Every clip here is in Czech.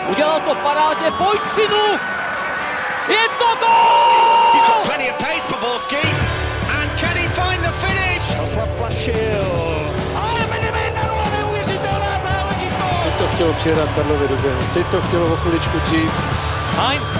Udělal to parádně, pojď synu! Je to gól! He's got plenty of pace for Borski. And can he find the finish? Ale Medvedev, neuvěřitelná záležitost! Teď to chtělo přijedat Karlovi do běhu, teď to chtělo o chviličku dřív. Heinz!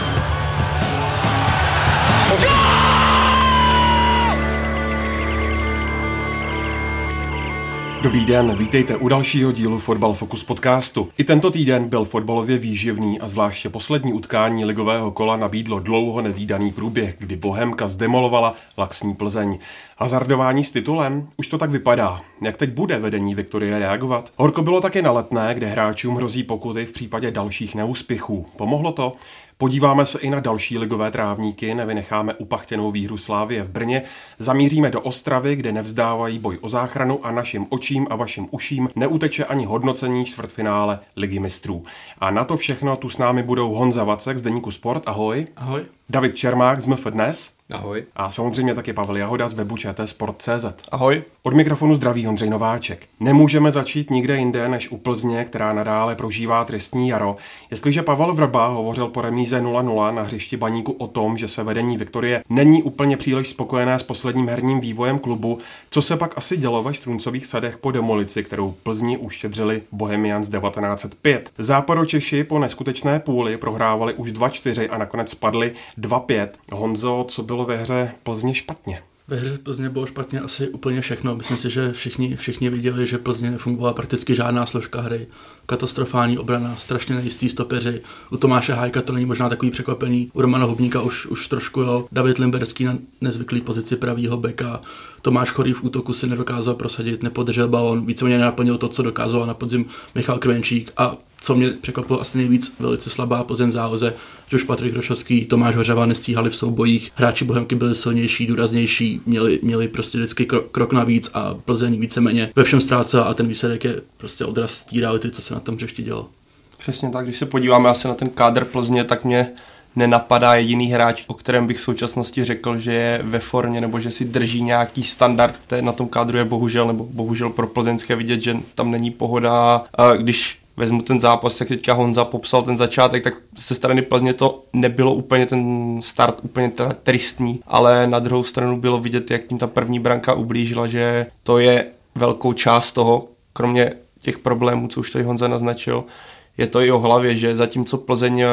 Dobrý den, vítejte u dalšího dílu Fotbal Focus podcastu. I tento týden byl fotbalově výživný a zvláště poslední utkání ligového kola nabídlo dlouho nevídaný průběh, kdy Bohemka zdemolovala laxní Plzeň. Hazardování s titulem? Už to tak vypadá. Jak teď bude vedení Viktorie reagovat? Horko bylo taky na Letné, kde hráčům hrozí pokuty v případě dalších neúspěchů. Pomohlo to? Podíváme se i na další ligové trávníky, nevynecháme upachtěnou výhru Slavie v Brně, zamíříme do Ostravy, kde nevzdávají boj o záchranu a našim očím a vašim uším neuteče ani hodnocení čtvrtfinále Ligy mistrů. A na to všechno tu s námi budou Honza Vacek z deníku Sport, ahoj. Ahoj. David Čermák z MF Dnes. Ahoj. A samozřejmě taky Pavel Jahoda z webu ČTsport.cz. Ahoj. Od mikrofonu zdraví Ondřej Nováček. Nemůžeme začít nikde jinde než u Plzně, která nadále prožívá tristní jaro. Jestliže Pavel Vrba hovořil po remíze 0-0 na hřišti Baníku o tom, že se vedení Viktorie není úplně příliš spokojené s posledním herním vývojem klubu, co se pak asi dělo ve Štruncových sadech po demolici, kterou Plzni uštědřili Bohemians 1905. Západočeši po neskutečné půli prohrávali už 2-4 a nakonec spadli 2-5. Honzo, co bylo ve hře Plzně špatně? Ve hře Plzně bylo špatně asi úplně všechno. Myslím si, že všichni viděli, že Plzně nefungovala prakticky žádná složka hry. Katastrofální obrana, strašně nejistý stopeři. U Tomáše Hájka to není možná takový překvapení. U Romana Hubníka už trošku jo. David Limberský na nezvyklý pozici pravýho beka. Tomáš Chorý v útoku si nedokázal prosadit, nepodržel balón, víceméně nenaplnil to, co dokázal na podzim Michal Krvenčík. A co mě překvapilo asi nejvíc, velice slabá Plzeň v záloze, že už Patrik Hrošovský, Tomáš Hořava nestíhali v soubojích, hráči Bohemky byli silnější, důraznější, měli prostě vždycky krok navíc a Plzeň víceméně ve všem ztrácela a ten výsledek je prostě odraz té reality, co se na tom hřišti dělo. Přesně tak, když se podíváme asi na ten kádr Plzně, tak mě nenapadá jediný hráč, o kterém bych v současnosti řekl, že je ve formě nebo že si drží nějaký standard, který na tom kádru je bohužel pro plzeňské vidět, že tam není pohoda. A když vezmu ten zápas, jak teďka Honza popsal ten začátek, tak ze strany Plzně to nebylo úplně ten start úplně tristní, ale na druhou stranu bylo vidět, jak tím ta první branka ublížila, že to je velkou část toho, kromě těch problémů, co už tady Honza naznačil, je to i o hlavě, že zatímco Plzeň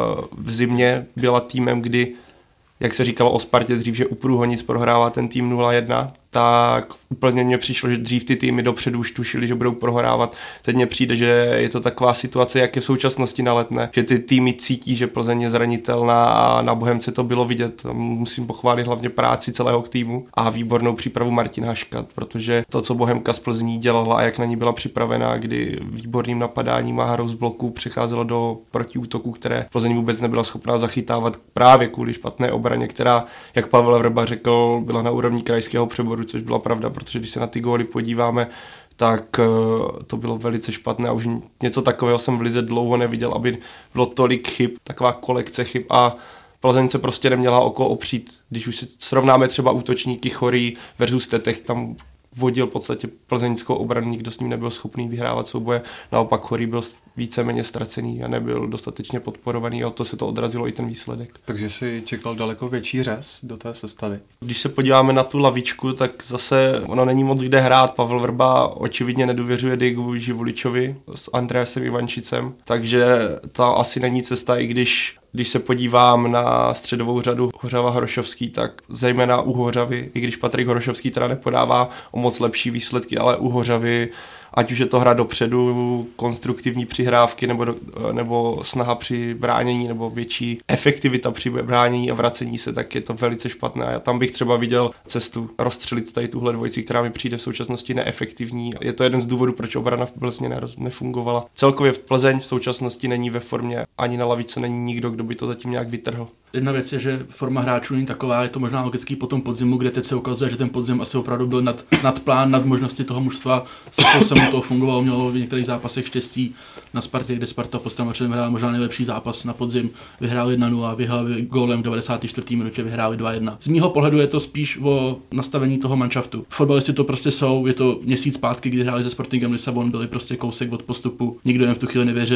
v zimě byla týmem, kdy, jak se říkalo o Spartě dřív, že u Průhonic prohrává ten tým 0-1, tak úplně mně přišlo, že dřív ty týmy dopředu už tušili, že budou prohrávat. Teď mně přijde, že je to taková situace, jak je v současnosti na Letné, že ty týmy cítí, že Plzeň je zranitelná a na Bohemce to bylo vidět. Musím pochválit hlavně práci celého týmu a výbornou přípravu Martina Haška, protože to, co Bohemka z Plzní dělala a jak na ní byla připravená, kdy výborným napadáním a hrou z bloku přecházelo do protiútoku, které Plzeň vůbec nebyla schopná zachytávat právě kvůli špatné obraně, která, jak Pavel Vrba řekl, byla na úrovni krajského přeboru, což byla pravda, protože když se na ty góly podíváme, tak to bylo velice špatné a už něco takového jsem v lize dlouho neviděl, aby bylo tolik chyb, taková kolekce chyb a Plzeň se prostě neměla o koho opřít. Když už si srovnáme třeba útočníky Chorý versus Tetech, tam vodil v podstatě plzeňskou obranu, nikdo s ním nebyl schopný vyhrávat souboje, naopak Chorý byl víceméně ztracený a nebyl dostatečně podporovaný a to se to odrazilo i ten výsledek. Takže si čekal daleko větší řez do té sestavy. Když se podíváme na tu lavičku, tak zase ono není moc kde hrát. Pavel Vrba očividně nedůvěřuje Diegu Živuličovi s Andreasem Ivančicem, takže to asi není cesta, i když se podívám na středovou řadu Hořava Hrošovský, tak zejména u Hořavy, i když Patrik Hrošovský teda nepodává o moc lepší výsledky, ale u Hořavy, ať už je to hra dopředu, konstruktivní přihrávky nebo snaha při bránění nebo větší efektivita při bránění a vracení se, tak je to velice špatné. Já tam bych třeba viděl cestu rozstřelit tady tuhle dvojici, která mi přijde v současnosti neefektivní. Je to jeden z důvodů, proč obrana v Plzni nefungovala. Celkově v Plzeň v současnosti není ve formě, ani na lavice není nikdo, kdo by to zatím nějak vytrhl. Jedna věc je, že forma hráčů není taková, je to možná logický po tom podzimu, kde teď se ukazuje, že ten podzim asi opravdu byl nad plán, nad možnosti toho mužstva. Se mu to fungovalo, mělo v některých zápasech štěstí na Spartě, kde Sparta po Stramačem hrála možná nejlepší zápas na podzim, vyhráli 1-0, vyhráli gólem v 94. minutě, vyhráli 2-1. Z mýho pohledu je to spíš o nastavení toho manšaftu. Fotbalisti to prostě jsou, je to měsíc zpátky, kdy hráli se Sportingem Lisabon, byli prostě kousek od postupu, nikdo jim v tu chvíli nevěřil.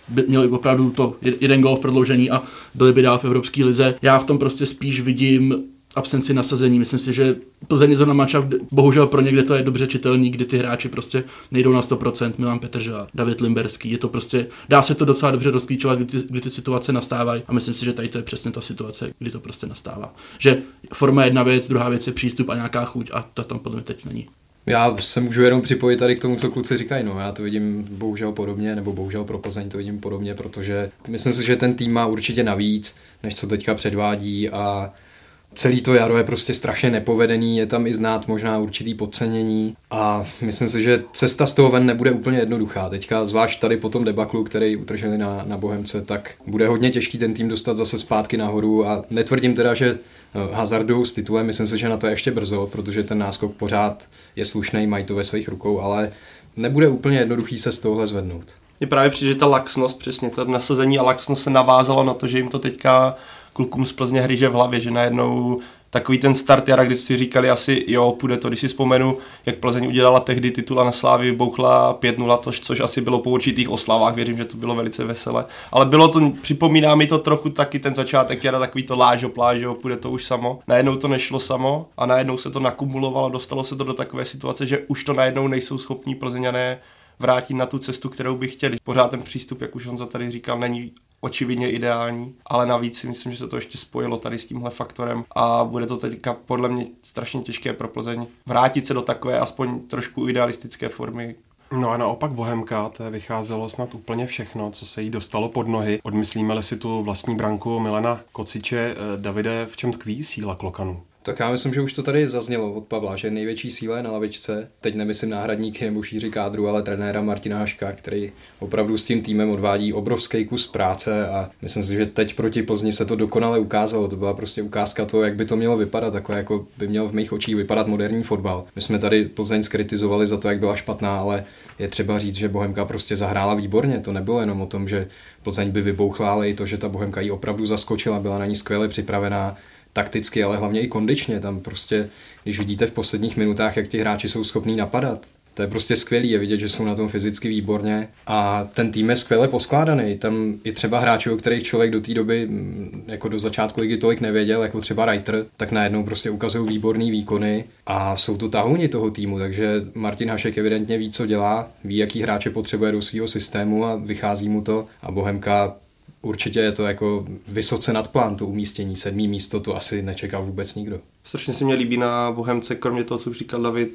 měli opravdu to jeden gól v prodloužení a byli by dál v Evropské lize. Já v tom prostě spíš vidím absenci nasazení. Myslím si, že Plzeň je zrovna manšaft, bohužel pro někde to je dobře čitelný, kdy ty hráči prostě nejdou na 100%, Milan Petržela, David Limberský, je to prostě, dá se to docela dobře rozklíčovat, kdy ty situace nastávají a myslím si, že tady to je přesně ta situace, kdy to prostě nastává. Že forma je jedna věc, druhá věc je přístup a nějaká chuť a ta tam podle mě teď není. Já se můžu jenom připojit tady k tomu, co kluci říkají. No, já to vidím bohužel podobně, nebo bohužel pro Plzeň to vidím podobně, protože myslím si, že ten tým má určitě navíc, než co teďka předvádí a celý to jaro je prostě strašně nepovedený, je tam i znát možná určitý podcenění a myslím si, že cesta z toho ven nebude úplně jednoduchá. Teďka zvlášť tady po tom debaklu, který utrželi na Bohemce, tak bude hodně těžký ten tým dostat zase zpátky nahoru a netvrdím teda, že hazardují s titulem, myslím si, že na to je ještě brzo, protože ten náskok pořád je slušný, mají to ve svých rukou, ale nebude úplně jednoduchý se z tohohle zvednout. Je právě přijde, že ta laxnost, přesně to nasazení a laxnost se navázalo na to, že jim to teďka klukům z Plzně hryže v hlavě, že najednou takový ten start jara, kdy si říkali asi jo, půjde to, když si vzpomenu, jak Plzeň udělala tehdy titul a na Slávii bouchla 5-0, což asi bylo po určitých oslavách, věřím, že to bylo velice veselé. Ale bylo to, připomíná mi to trochu taky ten začátek jara, takový to lážo, plážo, půjde to už samo. Najednou to nešlo samo a najednou se to nakumulovalo, dostalo se to do takové situace, že už to najednou nejsou schopní Plzeňané vrátit na tu cestu, kterou by chtěli. Pořád ten přístup, jak už Honza tady říkal, není očividně ideální, ale navíc si myslím, že se to ještě spojilo tady s tímhle faktorem a bude to teďka podle mě strašně těžké pro Plzeň vrátit se do takové aspoň trošku idealistické formy. No a naopak Bohemka, té vycházelo snad úplně všechno, co se jí dostalo pod nohy. Odmyslíme-li si tu vlastní branku Milana Kociče, Davide, v čem tkví síla Klokanů? Tak já myslím, že už to tady zaznělo od Pavla, že největší síla je na lavičce. Teď nemyslím náhradníky nebo šíři kádru, ale trenéra Martina Haška, který opravdu s tím týmem odvádí obrovský kus práce a myslím si, že teď proti Plzni se to dokonale ukázalo. To byla prostě ukázka toho, jak by to mělo vypadat, takhle jako by měl v mých očích vypadat moderní fotbal. My jsme tady Plzeň skritizovali za to, jak byla špatná, ale je třeba říct, že Bohemka prostě zahrála výborně. To nebylo jenom o tom, že Plzeň by vybouchla, ale i to, že ta Bohemka jí opravdu zaskočila, byla na ní skvěle připravená. Takticky, ale hlavně i kondičně. Tam prostě, když vidíte v posledních minutách, jak ti hráči jsou schopní napadat, to je prostě skvělý, je vidět, že jsou na tom fyzicky výborně a ten tým je skvěle poskládaný. Tam i třeba hráči, o kterých člověk do té doby, jako do začátku ligy tolik nevěděl, jako třeba Reiter, tak najednou prostě ukazují výborný výkony a jsou to tahouni toho týmu, takže Martin Hašek evidentně ví, co dělá, ví, jaký hráče potřebuje do svého systému a vychází mu to a Bohemka určitě je to jako vysoce nad plán, to umístění, 7. místo, to asi nečekal vůbec nikdo. Strašně se mě líbí na Bohemce, kromě toho, co už říkal David,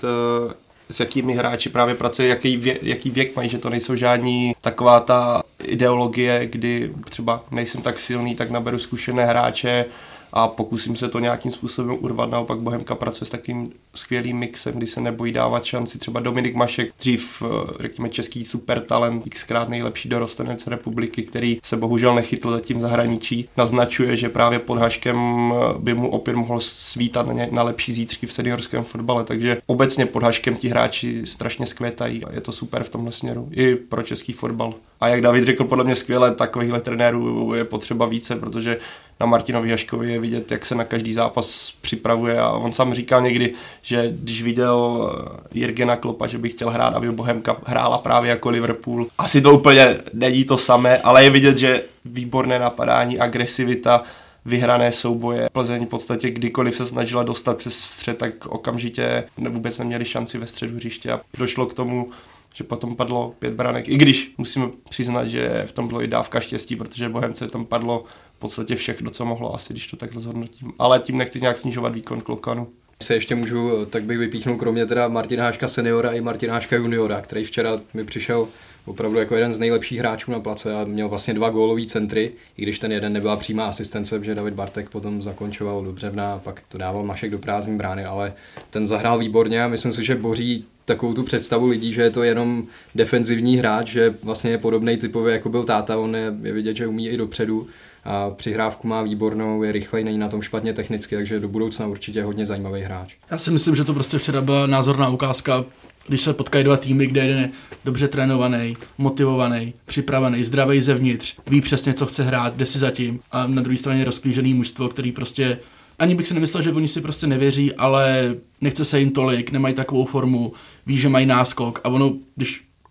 s jakými hráči právě pracuje, jaký věk mají, že to nejsou žádní taková ta ideologie, kdy třeba nejsem tak silný, tak naberu zkušené hráče a pokusím se to nějakým způsobem urvat. Naopak Bohemka pracuje s takým skvělým mixem, kdy se nebojí dávat šanci. Třeba Dominik Mašek, dřív řekněme český supertalent, xkrát nejlepší dorostenec republiky, který se bohužel nechytl zatím v zahraničí, naznačuje, že právě pod Haškem by mu opět mohl svítat na lepší zítřky v seniorském fotbale, takže obecně pod Haškem ti hráči strašně skvětají a je to super v tomhle směru i pro český fotbal. A jak David řekl, podle mě skvěle, takovýchhle trenérů je potřeba více, protože na Martinovi Haškovi je vidět, jak se na každý zápas připravuje a on sám říkal někdy, že když viděl Jurgena Kloppa, že by chtěl hrát, aby Bohemka hrála právě jako Liverpool. Asi to úplně není to samé, ale je vidět, že výborné napadání, agresivita, vyhrané souboje. Plzeň v podstatě kdykoliv se snažila dostat přes střed, tak okamžitě vůbec neměli šanci ve středu hřiště a došlo k tomu, že potom padlo 5 branek. I když musíme přiznat, že v tom bylo i dávka štěstí, protože Bohemce tam padlo v podstatě všechno, co mohlo asi, když to takhle zhodnotím. Ale tím nechci nějak snižovat výkon Klokanu. Se ještě můžu, tak bych vypíchnul kromě teda Martina Háška seniora i Martina Háška juniora, který včera mi přišel opravdu jako jeden z nejlepších hráčů na place a měl vlastně 2 gólový centry, i když ten jeden nebyla přímá asistence, protože David Bartek potom zakončoval do břevna a pak to dával Mašek do prázdné brány, ale ten zahrál výborně a myslím si, že boří takovou tu představu lidí, že je to jenom defenzivní hráč, že vlastně je podobnej typově jako byl táta, on je vidět, že umí i dopředu a přihrávku má výbornou, je rychlej, není na tom špatně technicky, takže do budoucna určitě hodně zajímavý hráč. Já si myslím, že to prostě včera byla názorná ukázka, když se potkají 2 týmy, kde jeden je dobře trénovaný, motivovaný, připravený, zdravý zevnitř, ví přesně, co chce hrát, jde si zatím a na druhé straně rozklížený mužstvo, který prostě, ani bych si nemyslel, že oni si prostě nevěří, ale nechce se jim tolik, nemají takovou formu, ví, že mají náskok a ono, když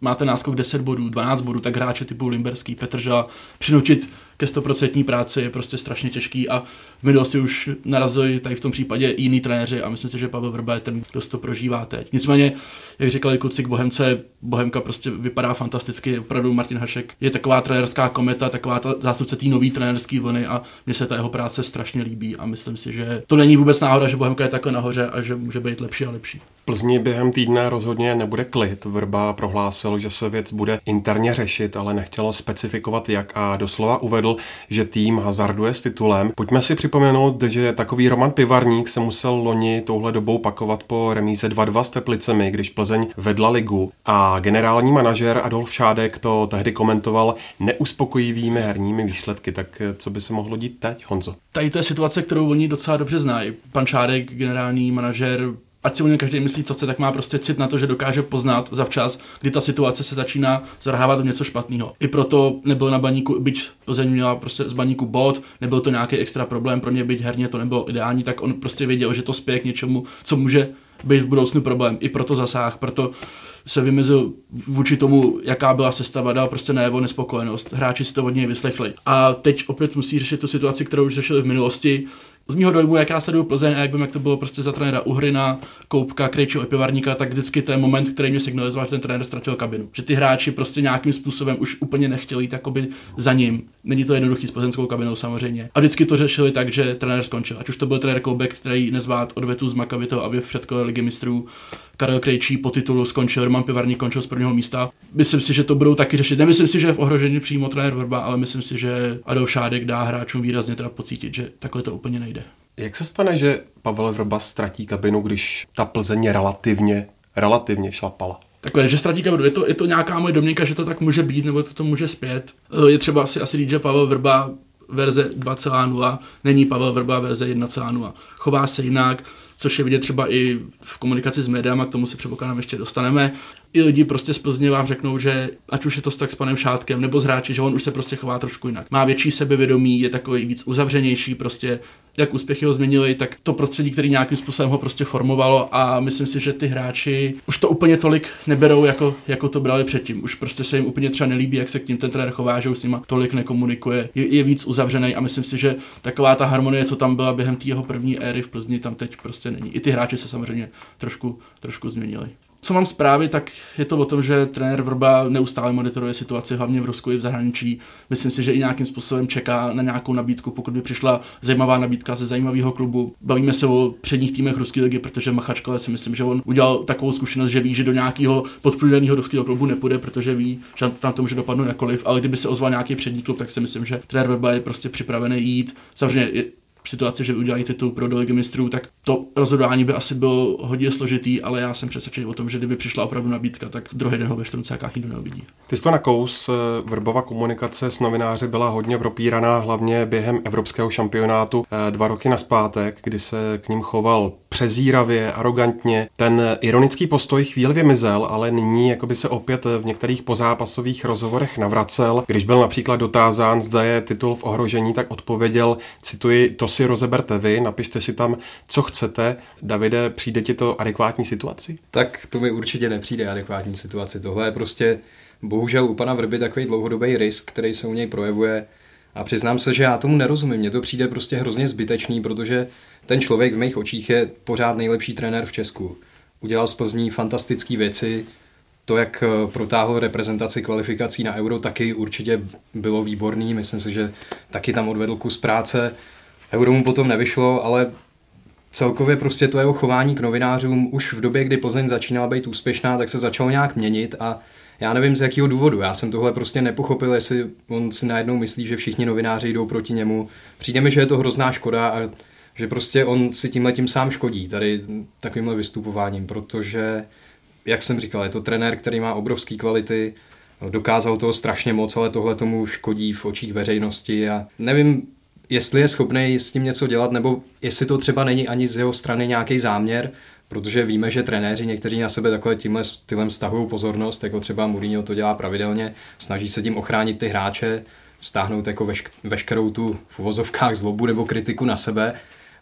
máte náskok 10 bodů, 12 bodů, tak hráče typu Limberský, Petržela přinutit ke 100% práci je prostě strašně těžký a v minulosti už narazili tady v tom případě jiný trenéři a myslím si, že Pavel Vrba je ten, kdo to prožívá teď. Nicméně, jak říkali kluci k Bohemce, Bohemka prostě vypadá fantasticky, opravdu Martin Hašek je taková trenérská kometa, taková ta zástupce té nový trenérský vlny a mně se ta jeho práce strašně líbí a myslím si, že to není vůbec náhoda, že Bohemka je takhle nahoře a že může být lepší a lepší. Plzni během týdne rozhodně nebude klid. Vrba prohlásil, že se věc bude interně řešit, ale nechtěl specifikovat jak a doslova uvedl, že tým hazarduje s titulem. Pojďme si připomenout, že takový Roman Pivarník se musel loni touhle dobou pakovat po remíze 2-2 s Teplicemi, když Plzeň vedla ligu a generální manažer Adolf Šádek to tehdy komentoval neuspokojivými herními výsledky. Tak co by se mohlo dít teď, Honzo? Tady to je situace, kterou oni docela dobře znají. Pan Šádek, generální manažer, ať si o něm každý myslí, co chce, tak má prostě cit na to, že dokáže poznat zavčas, kdy ta situace se začíná zarhávat do něco špatného. I proto nebyl na Baníku, byť Plzeň měla prostě z Baníku bod, nebyl to nějaký extra problém, pro ně byť herně to nebylo ideální, tak on prostě věděl, že to spěje k něčemu, co může být v budoucnu problém. I proto zasáh, proto se vymezil vůči tomu, jaká byla sestava, dal prostě najevo nespokojenost. Hráči si to od něj vyslechli. A teď opět musí řešit tu situaci, kterou už řešili v minulosti. Z mýho dojmu, jak já sleduju Plzeň a jak to bylo prostě za trenéra Uhryna, Koupka, Krejčího i Pivarníka, tak vždycky ten moment, který mě signalizoval, že ten trenér ztratil kabinu. Že ty hráči prostě nějakým způsobem už úplně nechtěli jít jakoby za ním. Není to jednoduchý s plzeňskou kabinou samozřejmě. A vždycky to řešili tak, že trenér skončil. Ať už to byl trenér Koubek, který nezvládl odvetu z Maccabi aby v předkole Ligy mistrů, Karel Krejčí po titulu skončil, Roman Pivarník končil z prvního místa. Myslím si, že to budou taky řešit. Nemyslím si, že je v ohrožení přímo trenér Vrba, ale myslím si, že Adolf Šádek dá hráčům výrazně teda pocítit, že takhle to úplně nejde. Jak se stane, že Pavel Vrba ztratí kabinu, když ta Plzeň relativně šlapala? Takhle, že ztratí kabinu, je to nějaká moje domněnka, že to tak může být, nebo to může zpět. Je třeba asi říct, že Pavel Vrba verze 2.0 není Pavel Vrba verze 1.0. Chová se jinak, což je vidět třeba i v komunikaci s médiama, k tomu se předpokládám ještě dostaneme. I lidi prostě z Plzně vám řeknou, že ať už je to tak s panem Šátkem nebo s hráči, že on už se prostě chová trošku jinak. Má větší sebevědomí, je takový víc uzavřenější, prostě jak úspěchy ho změnili, tak to prostředí, který nějakým způsobem ho prostě formovalo a myslím si, že ty hráči už to úplně tolik neberou, jako to brali předtím. Už prostě se jim úplně třeba nelíbí, jak se k ním ten trenér chová, že už s nima tolik nekomunikuje, je víc uzavřený a myslím si, že taková ta harmonie, co tam byla během té jeho první éry v Plzni, tam teď prostě není. I ty hráči se samozřejmě trošku změnili. Co mám zprávy, tak je to o tom, že trenér Vrba neustále monitoruje situaci, hlavně v Rusku i v zahraničí. Myslím si, že i nějakým způsobem čeká na nějakou nabídku, pokud by přišla zajímavá nabídka ze zajímavého klubu. Bavíme se o předních týmech ruské ligy, protože Machačkale si myslím, že on udělal takovou zkušenost, že ví, že do nějakého podprůměrného ruského klubu nepůjde, protože ví, že tam to může dopadnout jakkoliv, ale kdyby se ozval nějaký přední klub, tak si myslím, že trenér Vrba je prostě připravený jít. Samozřejmě v situaci, že udělají titul pro do Ligy mistrů, tak to rozhodování by asi bylo hodně složitý, ale já jsem přesvědčený o tom, že kdyby přišla opravdu nabídka, tak druhý den ho ve Štruncákách nikdo neuvidí. Ty jsi to nakous, Vrbova komunikace s novináři byla hodně propíraná, hlavně během evropského šampionátu 2 roky nazpátek, kdy se k ním choval přezíravě, arrogantně. Ten ironický postoj chvíli vymizel, ale nyní jakoby se opět v některých pozápasových rozhovorech navracel. Když byl například dotázán, zda je titul v ohrožení, tak odpověděl, cituji, to si rozeberte vy, napište si tam, co chcete. Davide, přijde ti to adekvátní situaci? Tak to mi určitě nepřijde adekvátní situaci. Tohle je prostě bohužel u pana Vrby takový dlouhodobý risk, který se u něj projevuje. A přiznám se, že já tomu nerozumím. Mně to přijde prostě hrozně zbytečný, protože ten člověk v mých očích je pořád nejlepší trenér v Česku. Udělal z Plzní fantastické věci. To, jak protáhl reprezentaci kvalifikací na Euro, taky určitě bylo výborný. Myslím si, že taky tam odvedl kus práce. Euro mu potom nevyšlo, ale celkově prostě to jeho chování k novinářům už v době, kdy Plzeň začínala být úspěšná, tak se začalo nějak měnit a já nevím z jakého důvodu. Já jsem tohle prostě nepochopil, jestli on si najednou myslí, že všichni novináři jdou proti němu. Přijde mi, že je to hrozná škoda a že prostě on si tímhletím sám škodí tady takovýmhle vystupováním, protože, jak jsem říkal, je to trenér, který má obrovské kvality, dokázal toho strašně moc, ale tohle tomu škodí v očích veřejnosti a nevím, jestli je schopný s tím něco dělat, nebo jestli to třeba není ani z jeho strany nějaký záměr, protože víme, že trenéři někteří na sebe takhle tímhle stylem stahují pozornost, jako třeba Mourinho to dělá pravidelně, snaží se tím ochránit ty hráče, vztáhnout jako veškerou tu v uvozovkách zlobu nebo kritiku na sebe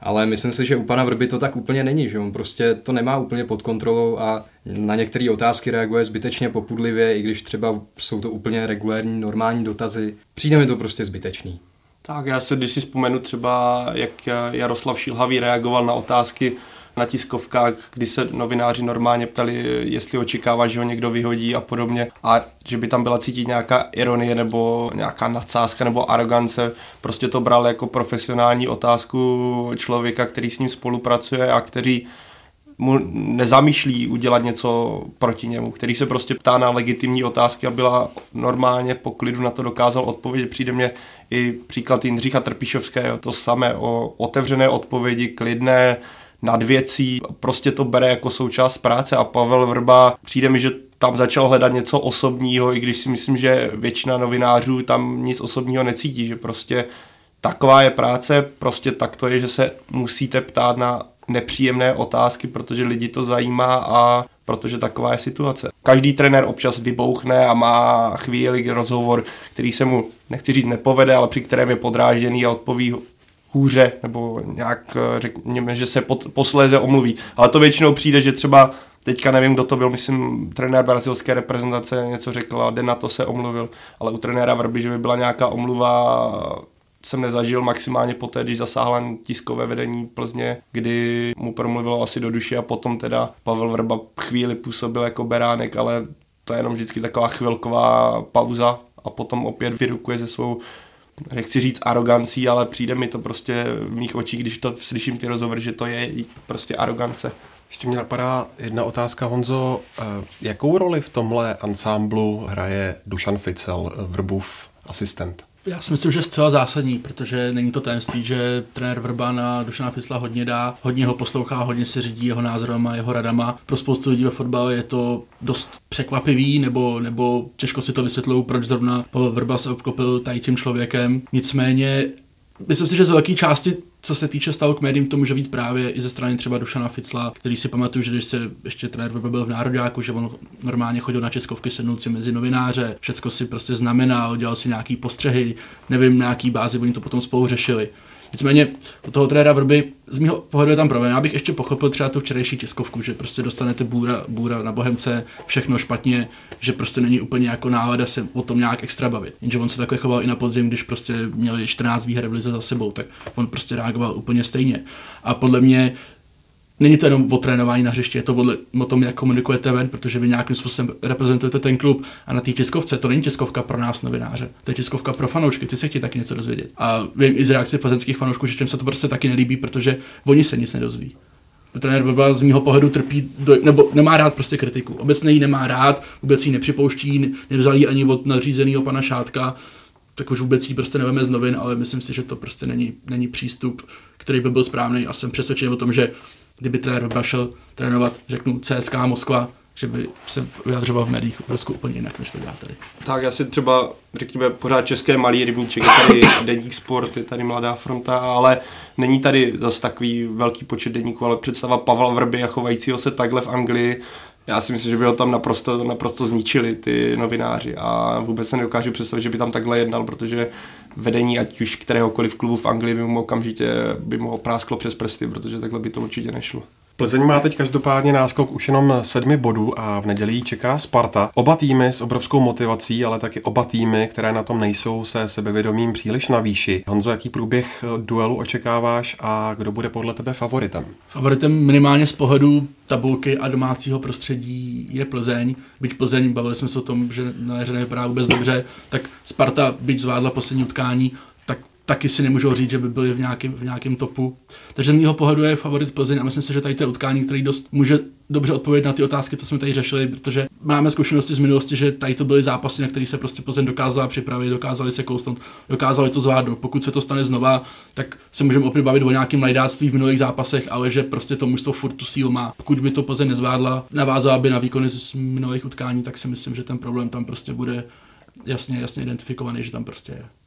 Ale myslím si, že u pana Vrby to tak úplně není, že on prostě to nemá úplně pod kontrolou a na některé otázky reaguje zbytečně popudlivě, i když třeba jsou to úplně regulérní, normální dotazy. Přijde mi to prostě zbytečný. Tak já se, když si vzpomenu třeba, jak Jaroslav Šilhavý reagoval na otázky na tiskovkách, kdy se novináři normálně ptali, jestli očekává, že ho někdo vyhodí a podobně, a že by tam byla cítit nějaká ironie nebo nějaká nadsázka nebo arogance. Prostě to bral jako profesionální otázku člověka, který s ním spolupracuje a který mu nezamýšlí udělat něco proti němu, který se prostě ptá na legitimní otázky a byla normálně v poklidu na to dokázal odpovědět. Přijde mně i příklad Jindřicha Trpišovského, to samé, o otevřené odpovědi, klidné, nad věcí, prostě to bere jako součást práce a Pavel Vrba, přijde mi, že tam začal hledat něco osobního, i když si myslím, že většina novinářů tam nic osobního necítí, že prostě taková je práce, prostě tak to je, že se musíte ptát na nepříjemné otázky, protože lidi to zajímá a protože taková je situace. Každý trenér občas vybouchne a má chvíli rozhovor, který se mu, nechci říct nepovede, ale při kterém je podrážděný a odpoví hůře, nebo nějak řekněme, že se posléze omluví. Ale to většinou přijde, že třeba teďka nevím, kdo to byl, myslím, trenér brazilské reprezentace něco řekl a den na to se omluvil, ale u trenéra Vrby, že by byla nějaká omluva, jsem nezažil, maximálně poté, když zasáhla tiskové vedení Plzně, kdy mu promluvilo asi do duše a potom teda Pavel Vrba chvíli působil jako beránek, ale to je jenom vždycky taková chvilková pauza a potom opět vyrukuje ze svou, nechci říct arogancí, ale přijde mi to prostě v mých očích, když to slyším ty rozhovory, že to je prostě arogance. Ještě mě napadá jedna otázka, Honzo. Jakou roli v tomhle ansámblu hraje Dušan Ficel, Vrbův asistent? Já si myslím, že je zcela zásadní, protože není to tajemství, že trenér Vrba na Dušana Ficla hodně dá, hodně ho poslouchá, hodně se řídí jeho názorama, jeho radama. Pro spoustu lidí ve fotbale je to dost překvapivý, nebo těžko si to vysvětlují, proč zrovna Pavel Vrba se obklopil tady tím člověkem. Nicméně myslím si, že z velké části, co se týče stavu k médiím, to může být právě i ze strany třeba Dušana Ficla, který si pamatuju, že když se ještě trenér Vrba byl v Nároďáku, že on normálně chodil na českovky sednout si mezi novináře, všecko si prostě znamenal, dělal si nějaký postřehy, nevím, na jaký bázi oni to potom spolu řešili. Nicméně u toho trenéra Vrby z mého pohledu je tam problém. Já bych ještě pochopil třeba tu včerejší tiskovku, že prostě dostanete bůra na Bohemce, všechno špatně, že prostě není úplně jako nálada se o tom nějak extra bavit. Jenže on se takhle choval i na podzim, když prostě měli 14 výher v lize za sebou, tak on prostě reagoval úplně stejně. A podle mě není to jenom o trénování na hřišti, je to o tom, jak komunikujete ven, protože vy nějakým způsobem reprezentujete ten klub a na té tiskovce to není tiskovka pro nás novináře, to je tiskovka pro fanoušky, ty se chtějí taky něco dozvědět. A vím i z reakce plzeňských fanoušků, že těm se to prostě taky nelíbí, protože oni se nic nedozví. Trenér Vrba z mýho pohledu trpí, nebo nemá rád prostě kritiku. Obecně ji nemá rád, vůbec ji nepřipouští, nevzal ji ani od nadřízeného pana Šátka, tak už vůbec jí prostě neveme z novin, ale myslím si, že to prostě není přístup, který by byl správný a jsem přesvědčen o tom, že kdyby trenér Vrba šel trénovat, řeknu CSKA Moskva, že by se vyjadřoval v médiích Rusku úplně jinak, než to dělá tady. Tak já si třeba, řekněme, pořád české malý rybníček, je tady Deník Sport, je tady Mladá fronta, ale není tady zase takový velký počet deníků, ale představa Pavla Vrby a chovajícího se takhle v Anglii, já si myslím, že by ho tam naprosto zničili ty novináři a vůbec se nedokážu představit, že by tam takhle jednal, protože vedení ať už kteréhokoliv klubu v Anglii by mu okamžitě prásklo přes prsty, protože takhle by to určitě nešlo. Plzeň má teď každopádně náskok už jenom 7 bodů a v neděli čeká Sparta. Oba týmy s obrovskou motivací, ale taky oba týmy, které na tom nejsou, se sebevědomím příliš na výši. Honzo, jaký průběh duelu očekáváš a kdo bude podle tebe favoritem? Favoritem minimálně z pohledu tabulky a domácího prostředí je Plzeň. Byť Plzeň, bavili jsme se o tom, že na jaře nevypadá vůbec dobře, tak Sparta, byť zvládla poslední utkání, taky si nemůžou říct, že by byli v nějakém topu. Takže z mého pohledu je favorit Plzeň a myslím si, že tady to je utkání, který dost může dobře odpovědět na ty otázky, co jsme tady řešili, protože máme zkušenosti z minulosti, že tady to byly zápasy, na které se prostě Plzeň dokázala připravit, dokázali se kousnout, dokázali to zvládnout. Pokud se to stane znova, tak se můžeme opět bavit o nějakém lajdáctví v minulých zápasech, ale že prostě to mužstvo furt tu sílu má. Pokud by to Plzeň nezvládla, navázala by na výkony z minulých utkání, tak si myslím, že ten problém tam prostě bude jasně identifikovaný, že tam prostě je.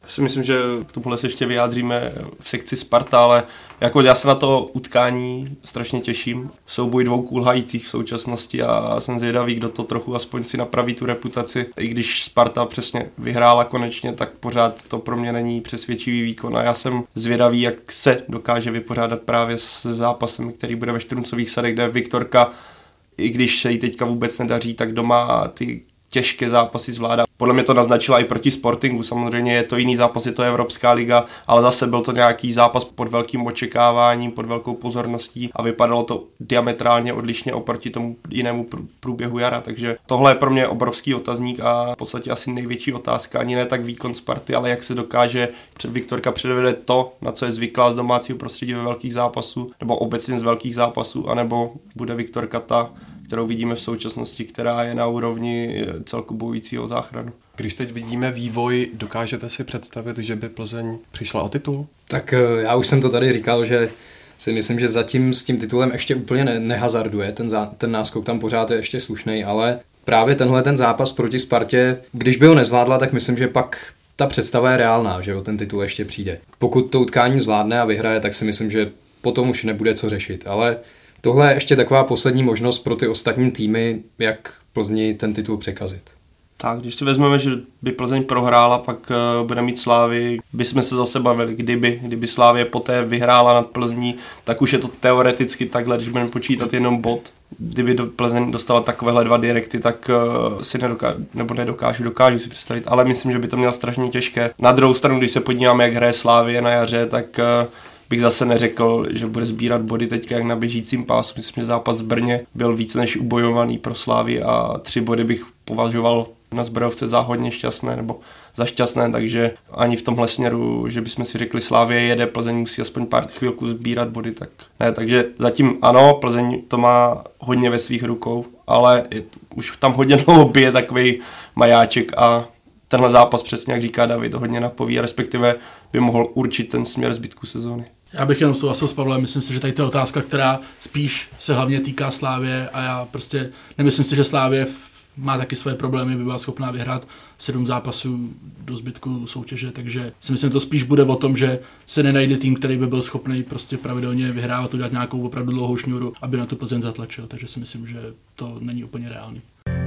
Si myslím, že k tomuhle se ještě vyjádříme v sekci Sparta, ale jako já se na to utkání strašně těším. Souboj dvou kulhajících v současnosti a jsem zvědavý, kdo to trochu aspoň si napraví tu reputaci. I když Sparta přesně vyhrála konečně, tak pořád to pro mě není přesvědčivý výkon a já jsem zvědavý, jak se dokáže vypořádat právě s zápasem, který bude ve Štruncových Sadech, kde Viktorka, i když se jí teďka vůbec nedaří, tak doma ty těžké zápasy zvládá. Podle mě to naznačila i proti Sportingu, samozřejmě je to jiný zápas, je to Evropská liga, ale zase byl to nějaký zápas pod velkým očekáváním, pod velkou pozorností a vypadalo to diametrálně odlišně oproti tomu jinému průběhu jara, takže tohle je pro mě obrovský otazník a v podstatě asi největší otázka, ani ne tak výkon Sparty, ale jak se dokáže Viktorka předvede to, na co je zvyklá z domácího prostředí ve velkých zápasů, nebo obecně z velkých zápasů, anebo bude Viktorka ta, kterou vidíme v současnosti, která je na úrovni celku bojujícího o záchranu. Když teď vidíme vývoj, dokážete si představit, že by Plzeň přišla o titul? Tak já už jsem to tady říkal, že si myslím, že zatím s tím titulem ještě úplně nehazarduje, ten náskok tam pořád je ještě slušný, ale právě tenhle ten zápas proti Spartě, když by ho nezvládla, tak myslím, že pak ta představa je reálná, že o ten titul ještě přijde. Pokud to utkání zvládne a vyhraje, tak si myslím, že potom už nebude co řešit, ale tohle je ještě taková poslední možnost pro ty ostatní týmy, jak Plzni ten titul překazit. Tak, když si vezmeme, že by Plzeň prohrála, pak bude mít Slávy, bychom se zase bavili, kdyby Slávě poté vyhrála nad Plzní, tak už je to teoreticky takhle, když budeme počítat jenom bod. Kdyby Plzeň dostala takovéhle 2 direkty, tak si dokážu si představit, ale myslím, že by to mělo strašně těžké. Na druhou stranu, když se podíváme, jak hraje Slávie na jaře, tak bych zase neřekl, že bude sbírat body teďka jak na běžícím pásu. Myslím, že zápas v Brně byl více než ubojovaný pro Slávy a 3 body bych považoval na Zbrojovce za hodně šťastné nebo za šťastné, takže ani v tomhle směru, že bychom si řekli Slávie jede, Plzeň musí aspoň pár chvilku sbírat body, tak ne, takže zatím ano, Plzeň to má hodně ve svých rukou, ale už tam hodně dlouho bije takový majáček a tenhle zápas, přesně jak říká David, hodně napoví, respektive by mohl určit ten směr zbytku sezóny. Já bych jenom souhlasil s Pavlem, myslím si, že tady to je otázka, která spíš se hlavně týká Slávie a já prostě nemyslím si, že Slávie má taky své problémy, by byla schopná vyhrát 7 zápasů do zbytku soutěže, takže si myslím, že to spíš bude o tom, že se nenajde tým, který by byl schopný prostě pravidelně vyhrávat, udělat nějakou opravdu dlouhou šňůru, aby na to Plzeň zatlačil, takže si myslím, že to není úplně reálný.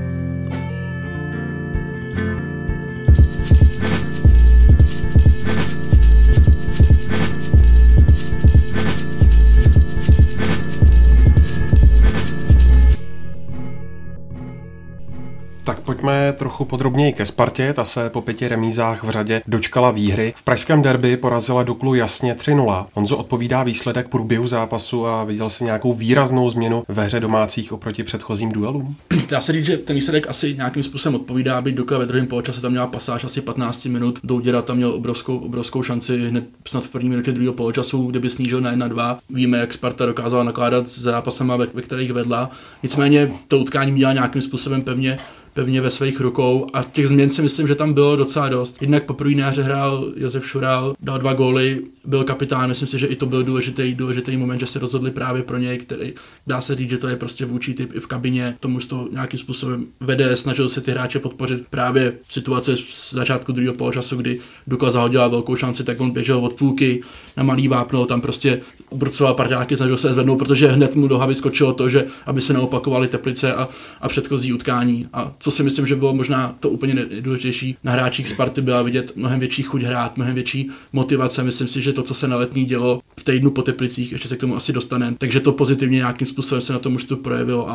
Tak pojďme trochu podrobněji ke Spartě, ta se po 5 remízách v řadě dočkala výhry. V pražském derby porazila Duklu jasně 3-0. Honzo, odpovídá výsledek průběhu zápasu a viděl jsi nějakou výraznou změnu ve hře domácích oproti předchozím duelům? Dá se říct, že ten výsledek asi nějakým způsobem odpovídá, byť Dukla ve druhém poločase tam měla pasáž asi 15 minut, Douděra tam měl obrovskou šanci hned snad v první minutě druhého poločasu, kdyby snížil na 1-2. Víme, jak Sparta dokázala nakládat s zápasama, ve kterých vedla. Nicméně to utkání měla nějakým způsobem pevně ve svých rukou a těch změn si myslím, že tam bylo docela dost. Jednak poprvé na jaře hrál Josef Šural, dal 2 góly, byl kapitán, myslím si, že i to byl důležitý moment, že se rozhodli právě pro něj, který dá se říct, že to je prostě vůči typ i v kabině, tomu to nějakým způsobem vede, snažil se ty hráče podpořit právě v situaci z začátku druhého poločasu, kdy Dukla zahodila velkou šanci, tak on běžel od půlky na malý vápno, tam prostě obrucoval parťáky, snažil se zvednout, protože hned mu do hlavy skočilo to, že aby se neopakovaly Teplice a předchozí utkání. A co si myslím, že bylo možná to úplně nejdůležitější, na hráčích Sparty byla vidět mnohem větší chuť hrát, mnohem větší motivace. Myslím si, že to, co se na Letný dělo v týdnu po Teplicích, ještě se k tomu asi dostaneme, takže to pozitivně nějakým způsobem se na tom mužstvu projevilo a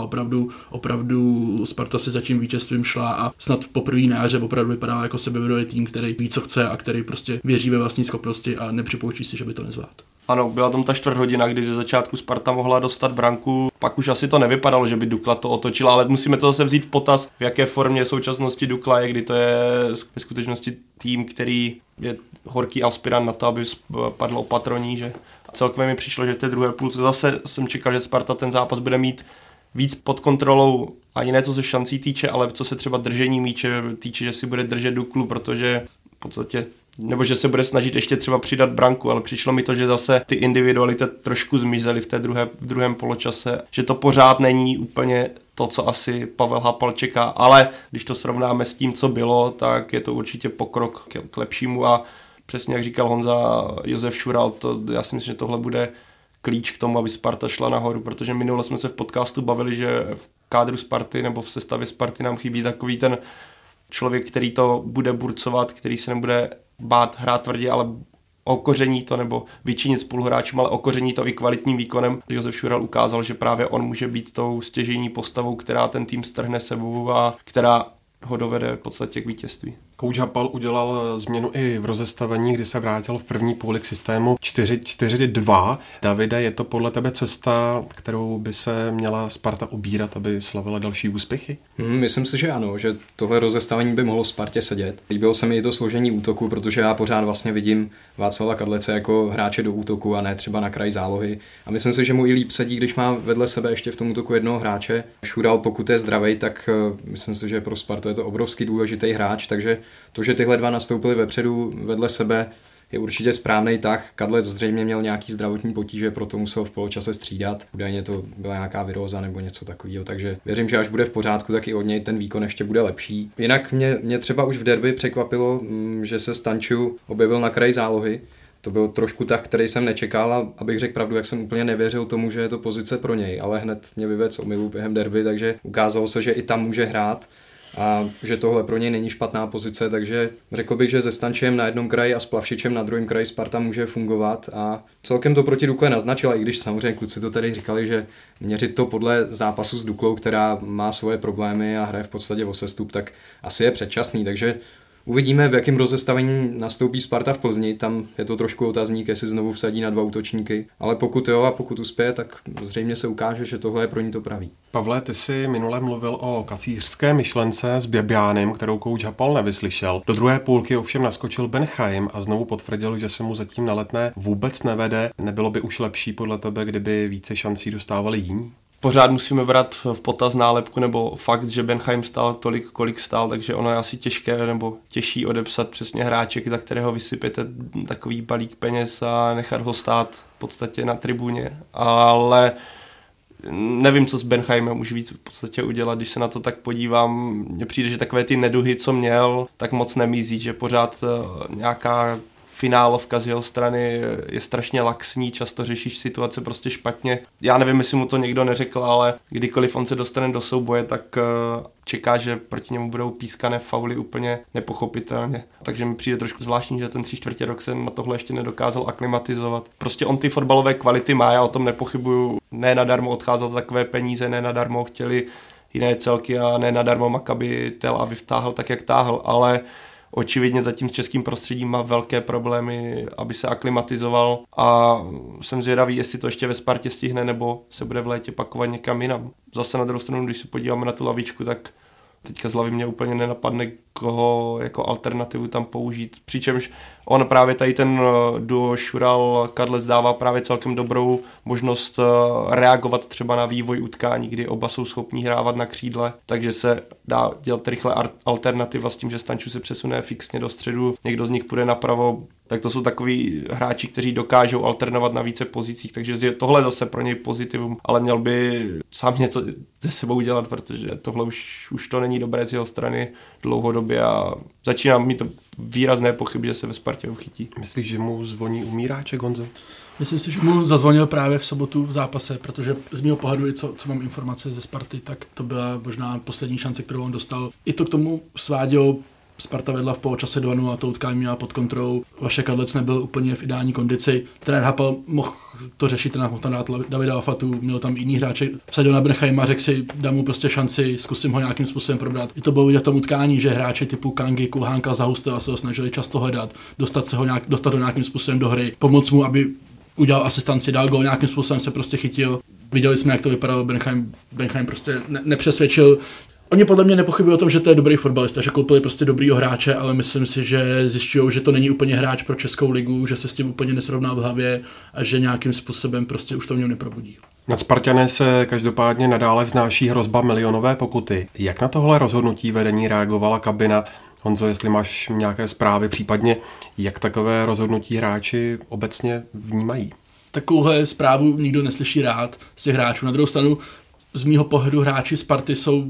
opravdu Sparta si za tím vítězstvím šla a snad poprvé na jaře opravdu vypadá jako sebevědomý tým, který ví, co chce a který prostě věří ve vlastní schopnosti a nepřipouští si, že by to nezvládl. Ano, byla tam ta čtvrthodina, kdy ze začátku Sparta mohla dostat branku, pak už asi to nevypadalo, že by Dukla to otočila, ale musíme to zase vzít v potaz, v jaké formě v současnosti Dukla je, kdy to je ve skutečnosti tým, který je horký aspirant na to, aby padlo opatroní, že celkově mi přišlo, že v té druhé půlce zase jsem čekal, že Sparta ten zápas bude mít víc pod kontrolou, ani ne co se šancí týče, ale co se třeba držení míče týče, že si bude držet Duklu, protože v podstatě nebo že se bude snažit ještě třeba přidat branku, ale přišlo mi to, že zase ty individuality trošku zmizely v druhém poločase, že to pořád není úplně to, co asi Pavel Hapal čeká, ale když to srovnáme s tím, co bylo, tak je to určitě pokrok k lepšímu a přesně jak říkal Honza, Josef Šural, já si myslím, že tohle bude klíč k tomu, aby Sparta šla nahoru, protože minule jsme se v podcastu bavili, že v kádru Sparty nebo v sestavě Sparty nám chybí takový ten člověk, který to bude burcovat, který se nebude bát hrát tvrdě, ale okoření to nebo vyčinit spoluhráčům, ale okoření to i kvalitním výkonem. Josef Šural ukázal, že právě on může být tou stěžejní postavou, která ten tým strhne sebou a která ho dovede v podstatě k vítězství. Kouč Happel udělal změnu i v rozestavení, kdy se vrátil v první půli k systému 4-4-2. Davide, je to podle tebe cesta, kterou by se měla Sparta ubírat, aby slavila další úspěchy? Myslím si, že ano, že tohle rozestavení by mohlo Spartě sedět. Líbilo se mi i to složení útoku, protože já pořád vlastně vidím Václava Kadlece jako hráče do útoku a ne třeba na kraj zálohy. A myslím si, že mu i líp sedí, když má vedle sebe ještě v tom útoku jednoho hráče. Šural, pokud je zdravý, tak myslím si, že pro Spartu je to obrovský důležitý hráč, takže to, že tyhle dva nastoupili vepředu vedle sebe, je určitě správný tah. Kadlec zřejmě měl nějaký zdravotní potíže, proto musel v poločase střídat. Údajně to byla nějaká viróza nebo něco takového, takže věřím, že až bude v pořádku, tak i od něj ten výkon ještě bude lepší. Jinak mě třeba už v derby překvapilo, že se Stanču objevil na kraji zálohy. To byl trošku tah, který jsem nečekal a abych řekl pravdu, jak jsem úplně nevěřil tomu, že je to pozice pro něj, ale hned mě vyvedl z omylu během derby, takže ukázalo se, že i tam může hrát a že tohle pro něj není špatná pozice, takže řekl bych, že se Stančem na jednom kraji a s Plavšičem na druhém kraji Sparta může fungovat a celkem to proti Dukle naznačila, i když samozřejmě kluci to tady říkali, že měřit to podle zápasu s Duklou, která má svoje problémy a hraje v podstatě o sestup, tak asi je předčasný, takže uvidíme, v jakém rozestavení nastoupí Sparta v Plzni, tam je to trošku otazník, jestli znovu vsadí na dva útočníky, ale pokud jo a pokud uspěje, tak zřejmě se ukáže, že tohle je pro ní to pravý. Pavle, ty jsi minule mluvil o kacířské myšlence s Běbjánem, kterou kouč Happel nevyslyšel. Do druhé půlky ovšem naskočil Benchaim a znovu potvrdil, že se mu zatím na Letné vůbec nevede. Nebylo by už lepší podle tebe, kdyby více šancí dostávali jiní? Pořád musíme brát v potaz nálepku nebo fakt, že Benchaim stál tolik, kolik stál, takže ono je asi těžké nebo těžší odepsat přesně hráček, za kterého vysypěte takový balík peněz a nechat ho stát v podstatě na tribuně. Ale nevím, co s Benchaimem už víc v podstatě udělat, když se na to tak podívám. Mně přijde, že takové ty neduhy, co měl, tak moc nemizí, že pořád nějaká finálovka z jeho strany je strašně laxní, často řešíš situace prostě špatně. Já nevím, jestli mu to někdo neřekl, ale kdykoliv on se dostane do souboje, tak čeká, že proti němu budou pískané fauly úplně nepochopitelně. Takže mi přijde trošku zvláštní, že ten 3/4 rok se na tohle ještě nedokázal aklimatizovat. Prostě on ty fotbalové kvality má, já o tom nepochybuju. Ne nadarmo odcházel za takové peníze, ne nadarmo chtěli jiné celky a ne nadarmo Maccabi Tel Aviv táhl tak, jak táhl, ale očividně zatím s českým prostředím má velké problémy, aby se aklimatizoval a jsem zvědavý, jestli to ještě ve Spartě stihne, nebo se bude v létě pakovat někam jinam. Zase na druhou stranu, když se podíváme na tu lavičku, tak teďka z hlavy mě úplně nenapadne, koho jako alternativu tam použít. Přičemž on právě tady ten duo Šural-Kadlec dává právě celkem dobrou možnost reagovat třeba na vývoj utkání, kdy oba jsou schopní hrávat na křídle, takže se dá dělat rychle alternativa s tím, že Stanču se přesune fixně do středu, někdo z nich půjde napravo, tak to jsou takový hráči, kteří dokážou alternovat na více pozicích, takže tohle zase pro něj pozitivum, ale měl by sám něco ze sebou dělat, protože tohle už to není dobré z jeho strany dlouhodobě a začínám mít to výrazné pochyby, že se ve Spartě uchytí. Myslíš, že mu zvoní umíráček, Honzo? Myslím si, že mu zazvonil právě v sobotu v zápase, protože z mého pohledu, co mám informace ze Sparty, tak to byla možná poslední šance, kterou on dostal. I to k tomu svádělo. Sparta vedla v poločase 2-0 a to utkání měla pod kontrolou. Vašek Kadlec nebyl úplně v ideální kondici. Trenér Happel mohl to řešit, mohl tam dát Davida Afatu, měl tam jiný hráče. Vsadil na Benchaima, řekl si, dám mu prostě šanci, zkusím ho nějakým způsobem prodat. I to bylo vidět v tom utkání, že hráči typu Kangy, Kulhánka, Zahustel se ho snažili často hledat, dostat ho nějakým způsobem do hry, pomoct mu, aby udělal asistanci, dal gól, nějakým způsobem se prostě chytil. Viděli jsme, jak to vypadalo, Benchaim prostě nepřesvědčil. Oni podle mě nepochybují o tom, že to je dobrý fotbalista, že koupili prostě dobrýho hráče, ale myslím si, že zjišťují, že to není úplně hráč pro Českou ligu, že se s tím úplně nesrovná v hlavě a že nějakým způsobem prostě už to v něm neprobudí. Nad Spartané se každopádně nadále vznáší hrozba milionové pokuty. Jak na tohle rozhodnutí vedení reagovala kabina? Honzo, jestli máš nějaké zprávy, případně jak takové rozhodnutí hráči obecně vnímají? Takovouhle zprávu nikdo neslyší rád z těch hráčů. Na druhou stranu, z mýho pohledu hráči Sparty jsou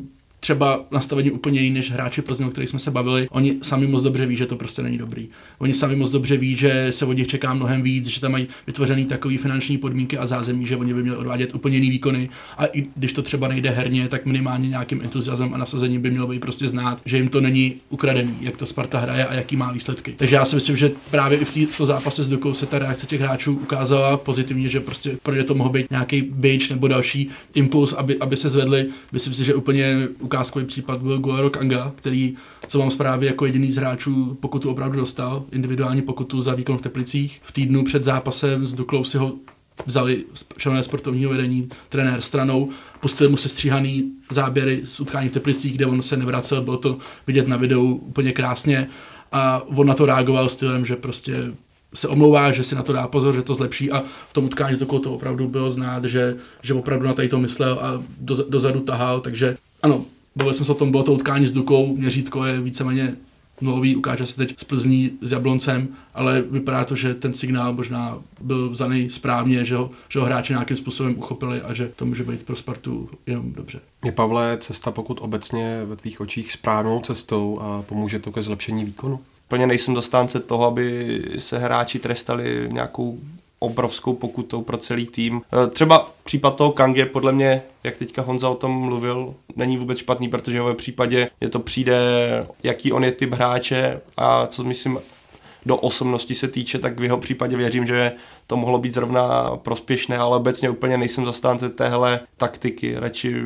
třeba nastavení úplně jiný než hráči Plzně, o kterých jsme se bavili. Oni sami moc dobře ví, že to prostě není dobrý. Oni sami moc dobře ví, že se od nich čeká mnohem víc, že tam mají vytvořený takový finanční podmínky a zázemí, že oni by měli odvádět úplně jiný výkony a i když to třeba nejde herně, tak minimálně nějakým entuziasmem a nasazením by mělo být prostě znát, že jim to není ukradený, jak to Sparta hraje a jaký má výsledky. Takže já si myslím, že právě i v tom zápase s Dukou se ta reakce těch hráčů ukázala pozitivně, že prostě pro ně to mohl být nějaký bič nebo další impuls, aby se zvedli. Myslím si, že úplně ukázkový případ byl Guero Kanga, který, co mám zprávy, jako jediný z hráčů pokutu opravdu dostal, individuální pokutu za výkon v Teplicích. V týdnu před zápasem s Duklou si ho vzali členové sportovního vedení, trenér stranou, pustil mu sestříhaný záběry z utkání v Teplicích, kde on se nevracel, bylo to vidět na videu úplně krásně a on na to reagoval stylem, že prostě se omlouvá, že si na to dá pozor, že to zlepší a v tom utkání s Dukou to opravdu bylo znát, že opravdu na tady to myslel a dozadu tahal, takže ano, bavili jsme se o tom, bylo to utkání s Dukou, měřítko je víceméně nulový, ukáže se teď z Plzní s Jabloncem, ale vypadá to, že ten signál možná byl vzaný správně, že ho hráči nějakým způsobem uchopili a že to může být pro Spartu jenom dobře. Je, Pavle, cesta pokud obecně ve tvých očích správnou cestou a pomůže to ke zlepšení výkonu? Úplně nejsem zastánce toho, aby se hráči trestali nějakou obrovskou pokutou pro celý tým. Třeba případ toho Kangy, podle mě, jak teďka Honza o tom mluvil, není vůbec špatný, protože v jeho případě je to přijde, jaký on je typ hráče a co myslím do osobnosti se týče, tak v jeho případě věřím, že to mohlo být zrovna prospěšné, ale obecně úplně nejsem zastánce téhle taktiky. Radši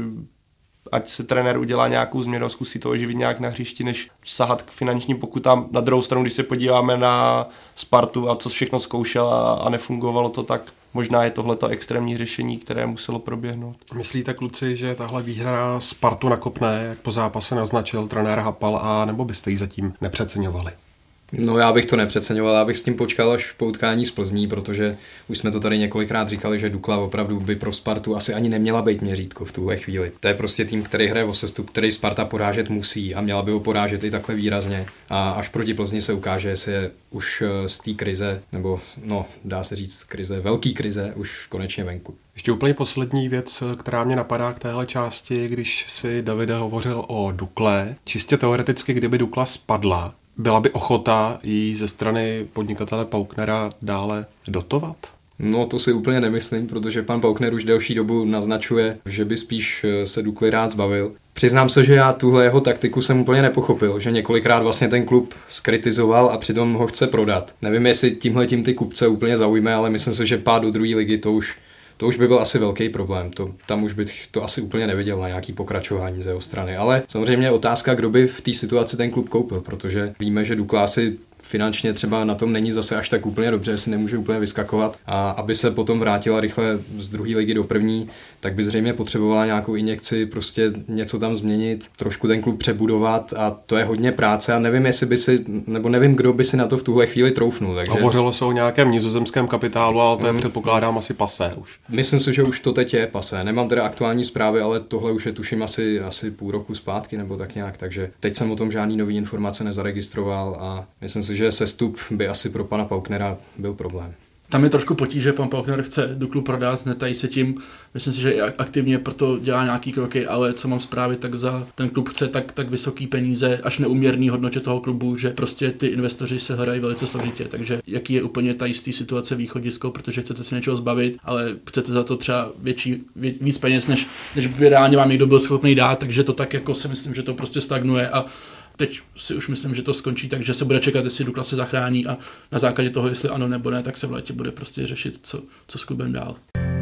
ať se trenér udělá nějakou změnu, zkusí to oživit nějak na hřišti, než sahat k finančním pokutám. Na druhou stranu, když se podíváme na Spartu a co všechno zkoušel a nefungovalo to, tak možná je tohleto extrémní řešení, které muselo proběhnout. Myslíte, kluci, že tahle výhra Spartu nakopne, jak po zápase naznačil trenér Hapal, a nebo byste ji zatím nepřeceňovali? No, já bych to nepřeceňoval, já bych s tím počkal až po utkání s Plzní, protože už jsme to tady několikrát říkali, že Dukla opravdu by pro Spartu asi ani neměla být měřítko v tuhle chvíli. To je prostě tým, který hraje o sestup, který Sparta porážet musí a měla by ho porážet i takhle výrazně. A až proti Plzni se ukáže, jestli je už z té krize, nebo no, dá se říct krize, velký krize, už konečně venku. Ještě úplně poslední věc, která mě napadá k téhle části, když si Davide hovořil o Dukle. Čistě teoreticky, kdyby Dukla spadla, byla by ochota jí ze strany podnikatele Pauknera dále dotovat? No, to si úplně nemyslím, protože pan Paukner už delší dobu naznačuje, že by spíš se Dukly rád zbavil. Přiznám se, že já tuhle jeho taktiku jsem úplně nepochopil, že několikrát vlastně ten klub skritizoval a přitom ho chce prodat. Nevím, jestli tímhletím ty kupce úplně zaujme, ale myslím si, že pád do druhé ligy to už by byl asi velký problém. Tam už bych to asi úplně neviděl na nějaký pokračování ze jeho strany. Ale samozřejmě je otázka, kdo by v té situaci ten klub koupil, protože víme, že Dukla si finančně třeba na tom není zase až tak úplně dobře, si nemůže úplně vyskakovat a aby se potom vrátila rychle z druhé ligy do první, tak by zřejmě potřebovala nějakou injekci, prostě něco tam změnit, trošku ten klub přebudovat a to je hodně práce a nevím, jestli by si, nebo nevím, kdo by si na to v tuhle chvíli troufnul. Takže... Hovořilo se o nějakém nizozemském kapitálu, ale to je předpokládám asi pasé už. Myslím si, že už to teď je pasé. Nemám teda aktuální zprávy, ale tohle už je tuším asi půl roku zpátky nebo tak nějak, takže teď jsem o tom žádný nový informace nezaregistroval a myslím si, že sestup by asi pro pana Pauknera byl problém. Tam je trošku potíže, pan Paukner chce Duklu prodat, netají se tím, myslím si, že i aktivně proto dělá nějaký kroky, ale co mám zprávy, tak za ten klub chce tak vysoký peníze, až neuměrný hodnotě toho klubu, že prostě ty investoři se hledají velice složitě, takže jaký je úplně ta jistý situace východisko, protože chcete se něčeho zbavit, ale chcete za to třeba víc peněz, než by reálně vám někdo byl schopný dát, takže to tak jako si myslím, že to prostě stagnuje a teď si už myslím, že to skončí, takže se bude čekat, jestli Dukla se zachrání a na základě toho, jestli ano nebo ne, tak se v létě bude prostě řešit, co s klubem dál.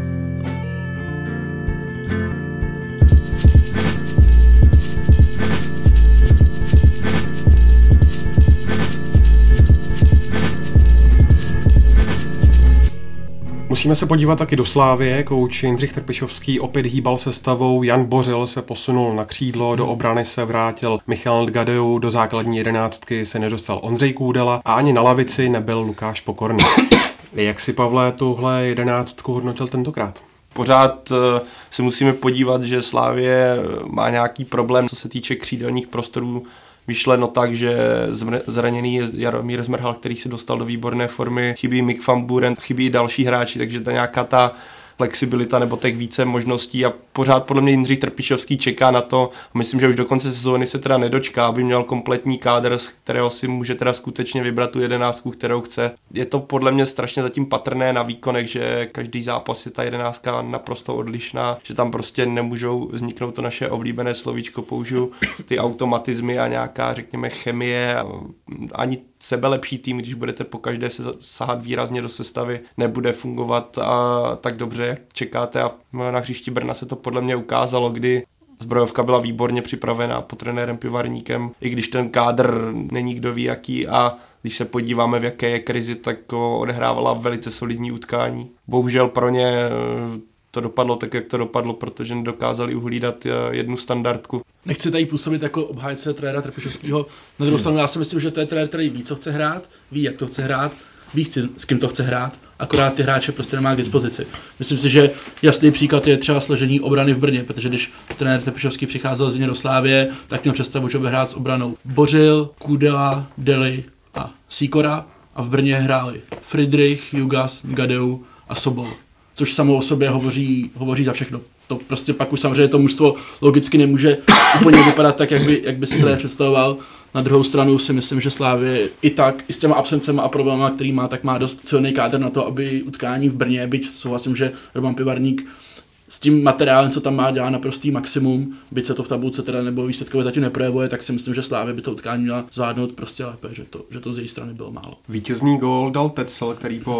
Musíme se podívat taky do Slávie. Kouč Jindřich Trpišovský opět hýbal sestavou, Jan Bořil se posunul na křídlo, do obrany se vrátil Michal Dgadeu, do základní jedenáctky se nedostal Ondřej Kůdela a ani na lavici nebyl Lukáš Pokorný. Jak si, Pavle, tuhle jedenáctku hodnotil tentokrát? Pořád se musíme podívat, že Slavie má nějaký problém, co se týče křídelních prostorů. Vyšleno tak, že zraněný je Jaromír Zmrhal, který se dostal do výborné formy, chybí Mick van Buren, chybí další hráči, takže ta nějaká ta flexibilita nebo těch více možností a pořád podle mě Jindřich Trpišovský čeká na to, myslím, že už do konce sezóny se teda nedočká, aby měl kompletní kádr, z kterého si může teda skutečně vybrat tu 11, kterou chce. Je to podle mě strašně zatím patrné na výkonech, že každý zápas je ta 11 naprosto odlišná, že tam prostě nemůžou vzniknout to naše oblíbené slovíčko, použiju ty automatizmy a nějaká, řekněme, chemie, ani sebelepší tým, když budete pokaždé se sahat výrazně do sestavy, nebude fungovat tak dobře, jak čekáte a na hřišti Brna se to podle mě ukázalo, kdy zbrojovka byla výborně připravená pod trenérem Pivarníkem, i když ten kádr není kdo ví jaký a když se podíváme, v jaké je krizi, tak odehrávala velice solidní utkání. Bohužel pro ně to dopadlo tak, jak to dopadlo, protože nedokázali uhlídat jednu standardku. Nechci tady působit jako obhájce trenéra Trpišovského. Na druhou stranu já si myslím, že to je trenér, který ví, co chce hrát, ví, jak to chce hrát, ví, s kým to chce hrát, akorát ty hráče prostě nemá k dispozici. Myslím si, že jasný příklad je třeba složení obrany v Brně, protože když trenér Trpišovský přicházel z Zině do Slávie, tak měl představu, že bude hrát s obranou Bořil, Kudela, Deli a Sýkora a v Brně hráli Friedrich, Jugas, Gadeu a Sobol, což samo o sobě hovoří za všechno. To prostě pak už samozřejmě to mužstvo logicky nemůže úplně vypadat tak, jak by si trenér představoval. Na druhou stranu si myslím, že Slavie i tak, i s těma absencema a problémy, který má, tak má dost silný kádr na to, aby utkání v Brně, byť souhlasím, že Roman Pivarník s tím materiálem, co tam má, dělá naprostý maximum, byť se to v tabulce teda nebo výsledkově zatím neprojevuje, tak si myslím, že Slavie by to utkání měla zvládnout prostě lépe, že to z její strany bylo málo. Vítězný gól dal Tecel, který po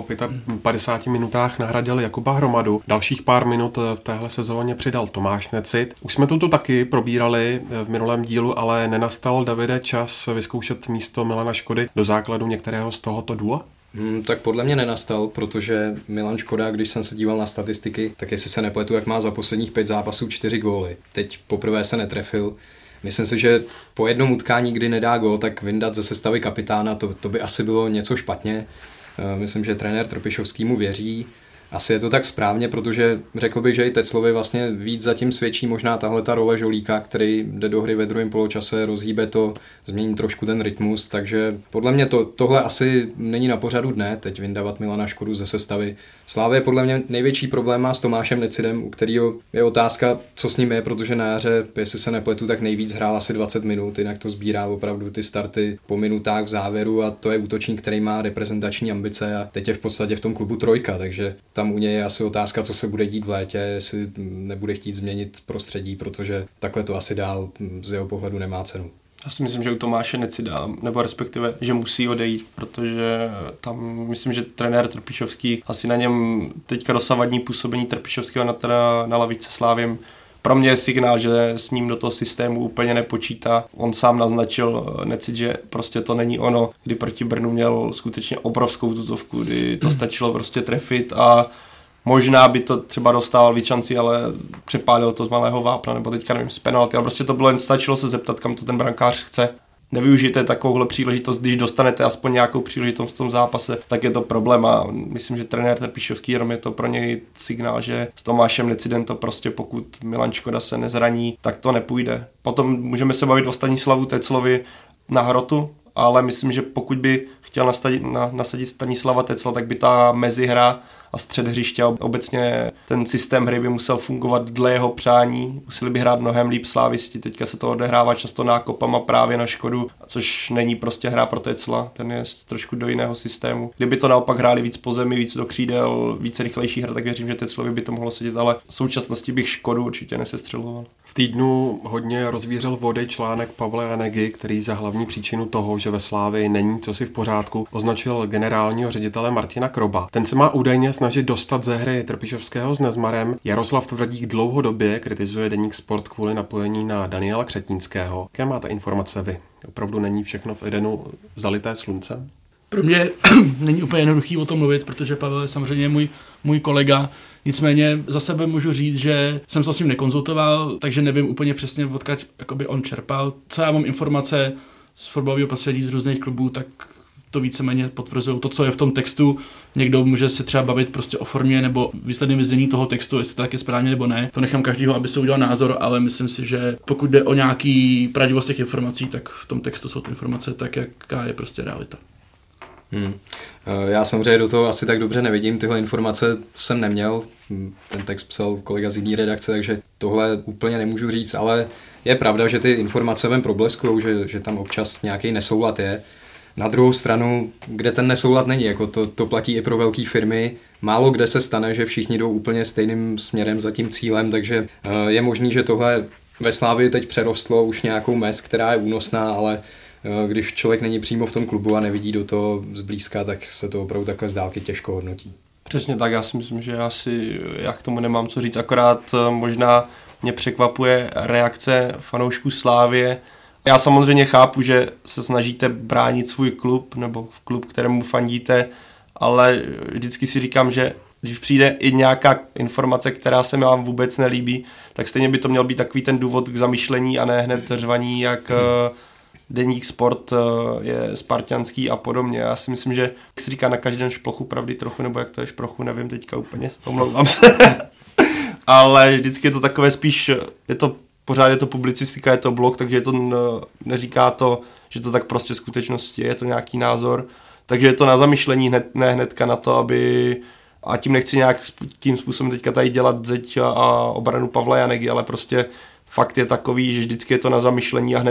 55 minutách nahradil Jakuba Hromadu. Dalších pár minut v téhle sezóně přidal Tomáš Necit. Už jsme to tu taky probírali v minulém dílu, ale nenastal, Davide, čas vyzkoušet místo Milana Škody do základu některého z tohoto dua? Tak podle mě nenastal, protože Milan Škoda, když jsem se díval na statistiky, tak jestli se nepletu, jak má za posledních 5 zápasů 4 góly. Teď poprvé se netrefil. Myslím si, že po jednom utkání, kdy nedá gól, tak vyndat ze sestavy kapitána, to by asi bylo něco špatně. Myslím, že trenér Trpišovský mu věří. Asi je to tak správně, protože řekl bych, že i Teclovi vlastně víc zatím svědčí možná tahle ta role Žolíka, který jde do hry ve druhém poločase, rozhýbe to, změní trošku ten rytmus, takže podle mě tohle asi není na pořadu dne, teď vyndavat Milana Škodu ze sestavy. Slavie podle mě největší problém má s Tomášem Necidem, u kterého je otázka, co s ním je, protože na jaře, jestli se nepletu, tak nejvíc hrál asi 20 minut, jinak to sbírá opravdu ty starty po minutách v závěru a to je útočník, který má reprezentační ambice a teď je v podstatě v tom klubu trojka, takže tam u něj je asi otázka, co se bude dít v létě, jestli nebude chtít změnit prostředí, protože takhle to asi dál z jeho pohledu nemá cenu. Já si myslím, že u Tomáše Necida, nebo respektive, že musí odejít, protože tam myslím, že trenér Trpišovský asi na něm teďka dosavadní působení Trpišovského na lavičce Sláviem pro mě je signál, že s ním do toho systému úplně nepočítá. On sám naznačil Necid, že prostě to není ono, kdy proti Brnu měl skutečně obrovskou tutovku, kdy to stačilo prostě trefit a možná by to třeba dostával víc šanci, ale přepálil to z malého vápna, nebo teďka nevím, z penalty, ale prostě to bylo jen stačilo se zeptat, kam to ten brankář chce. Nevyužijte takovouhle příležitost, když dostanete aspoň nějakou příležitost v tom zápase, tak je to problém a myslím, že trenér Trpišovský jenom je to pro něj signál, že s Tomášem Necidem to prostě pokud Milan Škoda se nezraní, tak to nepůjde. Potom můžeme se bavit o Stanislavu Teclovi na hrotu, ale myslím, že pokud by chtěl nasadit Stanislava Tecla, tak by ta mezihra a střed hřiště a obecně ten systém hry by musel fungovat dle jeho přání. Museli by hrát mnohem líp slávisti. Teďka se to odehrává často nákopama právě na Škodu, což není prostě hra pro Tecla. Ten je trošku do jiného systému. Kdyby to naopak hráli víc po zemi, víc do křídel, víc rychlejší hra, tak věřím, že Teclovi by to mohlo sedět, ale v současnosti bych Škodu určitě nesestřeloval. V týdnu hodně rozvířil vody článek Pavla Janegy, který za hlavní příčinu toho, že ve Slávii není co si v pořádku, označil generálního ředitele Martina Kroba. Ten se má údajně snažit dostat ze hry Trpišovského s Nezmarem. Jaroslav Tvrdík dlouhodobě kritizuje Deník Sport kvůli napojení na Daniela Křetínského. Jaké máte informace vy? Opravdu není všechno v Edenu zalité sluncem? Pro mě není úplně jednoduchý o tom mluvit, protože Pavel je samozřejmě můj kolega. Nicméně za sebe můžu říct, že jsem se s ním nekonzultoval, takže nevím úplně přesně, odkud jakoby on čerpal. Co já mám informace z fotbalového prostředí z různých klubů, tak to víceméně potvrzují to, co je v tom textu. Někdo může se třeba bavit prostě o formě nebo výsledném vyznění toho textu, jestli to tak je správně nebo ne. To nechám každýho, aby se udělal názor, ale myslím si, že pokud jde o nějaký pravdivost těch informací, tak v tom textu jsou ty informace tak, jaká je prostě realita. Já samozřejmě do toho asi tak dobře nevidím, tyhle informace jsem neměl, ten text psal kolega z jiné redakce, takže tohle úplně nemůžu říct, ale je pravda, že ty informace ven probleskují, že tam občas nějaký nesoulad je. Na druhou stranu, kde ten nesoulad není, jako to platí i pro velké firmy, málo kde se stane, že všichni jdou úplně stejným směrem za tím cílem, takže je možný, že tohle ve Slavii teď přerostlo už nějakou mez, která je únosná, ale když člověk není přímo v tom klubu a nevidí do toho zblízka, tak se to opravdu takhle z dálky těžko hodnotí. Přesně tak, já si myslím, že já k tomu nemám co říct, akorát možná mě překvapuje reakce fanoušků Slavie. Já samozřejmě chápu, že se snažíte bránit svůj klub nebo v klub, kterému fandíte, ale vždycky si říkám, že když přijde i nějaká informace, která se mi vám vůbec nelíbí, tak stejně by to měl být takový ten důvod k zamyšlení a ne hned řvaní, jak Deník Sport je spartianský a podobně. Já si myslím, že jak se říká na každém šplochu pravdy trochu, nebo jak to je šplochu, nevím teďka úplně, omlouvám se. Ale vždycky je to takové spíš, pořád je to publicistika, je to blog, takže to neříká to, že to tak prostě v skutečnosti je to nějaký názor. Takže je to na zamyšlení, ne hnedka na to, aby... A tím nechci nějak tím způsobem teďka tady dělat zeď a obranu Pavla Janegy, ale prostě fakt je takový, že vždycky je to na zamyšlení a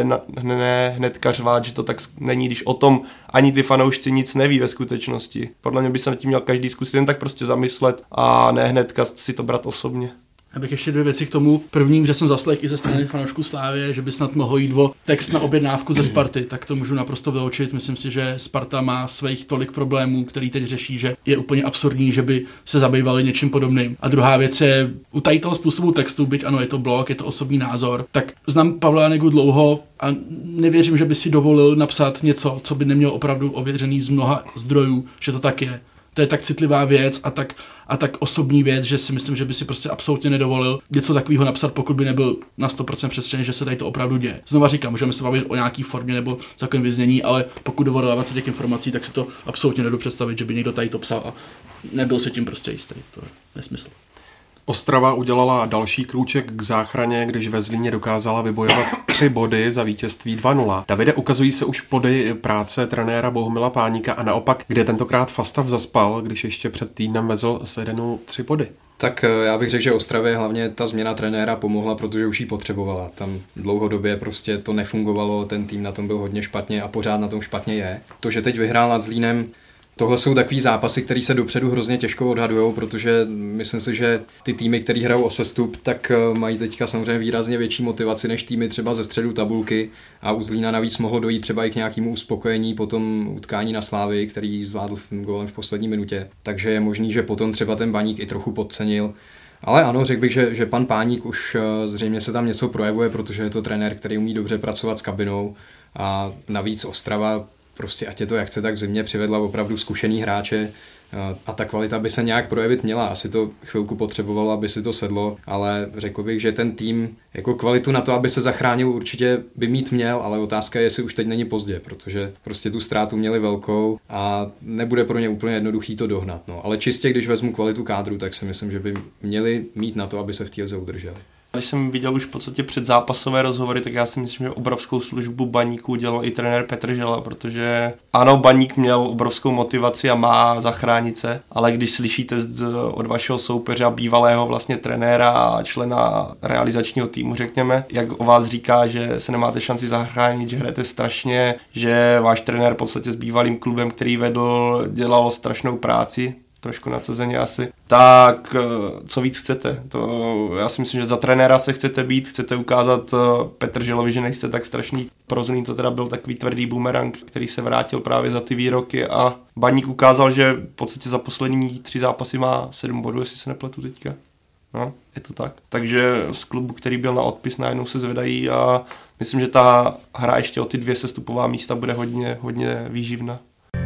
hnedka řvát, že to tak není, když o tom ani ty fanoušci nic neví ve skutečnosti. Podle mě by se nad tím měl každý zkusit jen tak prostě zamyslet a ne hnedka si to brát osobně. Já bych ještě 2 věci k tomu. Prvním, že jsem zaslech i ze strany fanoušků Slávie, že by snad mohlo jít o text na objednávku ze Sparty, tak to můžu naprosto vyloučit. Myslím si, že Sparta má svých tolik problémů, který teď řeší, že je úplně absurdní, že by se zabývali něčím podobným. A druhá věc je, u tady toho způsobu textu, byť ano, je to blog, je to osobní názor, tak znám Pavla Janegu dlouho a nevěřím, že by si dovolil napsat něco, co by nemělo opravdu ověřený z mnoha zdrojů, že to tak je. To je tak citlivá věc a tak osobní věc, že si myslím, že by si prostě absolutně nedovolil něco takového napsat, pokud by nebyl na 100% přesvědčený, že se tady to opravdu děje. Znova říkám, můžeme se bavit o nějaký formě nebo takovém vyznění, ale pokud dovolil dávat se těch informací, tak si to absolutně nedovedu představit, že by někdo tady to psal a nebyl se tím prostě jistý. To je nesmysl. Ostrava udělala další krůček k záchraně, když ve Zlíně dokázala vybojovat 3 body za vítězství 2-0. Davide, ukazují se už plody práce trenéra Bohumila Páníka a naopak, kde tentokrát Fastav zaspal, když ještě před týdnem vezl s Edenou 3 body. Tak já bych řekl, že Ostravě hlavně ta změna trenéra pomohla, protože už ji potřebovala. Tam dlouhodobě prostě to nefungovalo, ten tým na tom byl hodně špatně a pořád na tom špatně je. To, že teď vyhrál nad Zlínem, tohle jsou takový zápasy, které se dopředu hrozně těžko odhadujou, protože myslím si, že ty týmy, které hrajou o sestup, tak mají teďka samozřejmě výrazně větší motivaci než týmy třeba ze středu tabulky a u Zlína navíc mohlo dojít třeba i k nějakému uspokojení po tom utkání na Slavii, který zvládl gólem v poslední minutě. Takže je možný, že potom třeba ten Baník i trochu podcenil. Ale ano, řekl bych, že pan Páník už zřejmě se tam něco projevuje, protože je to trenér, který umí dobře pracovat s kabinou a navíc Ostrava prostě ať je to jak chce, tak v zimě přivedla opravdu zkušený hráče a ta kvalita by se nějak projevit měla. Asi to chvilku potřebovalo, aby si to sedlo, ale řekl bych, že ten tým jako kvalitu na to, aby se zachránil, určitě by mít měl, ale otázka je, jestli už teď není pozdě, protože prostě tu ztrátu měli velkou a nebude pro ně úplně jednoduchý to dohnat. No. Ale čistě, když vezmu kvalitu kádru, tak si myslím, že by měli mít na to, aby se v té lize udrželi. Když jsem viděl už v podstatě předzápasové rozhovory, tak já si myslím, že obrovskou službu Baníku dělal i trenér Petr Žela, protože ano, Baník měl obrovskou motivaci a má zachránit se, ale když slyšíte od vašeho soupeře a bývalého vlastně trenéra a člena realizačního týmu, řekněme, jak o vás říká, že se nemáte šanci zachránit, že hrajete strašně, že váš trenér v podstatě s bývalým klubem, který vedl, dělal strašnou práci, trošku nadsazeně asi, tak co víc chcete? Já si myslím, že za trenéra se chcete být, chcete ukázat Petr Želovi, že nejste tak strašný. Pro Zlín to teda byl takový tvrdý bumerang, který se vrátil právě za ty výroky a Baník ukázal, že v podstatě za poslední 3 zápasy má 7 bodů, jestli se nepletu teďka. No, je to tak. Takže z klubu, který byl na odpis, najednou se zvedají a myslím, že ta hra ještě o ty 2 sestupová místa bude hodně, hodně výživná.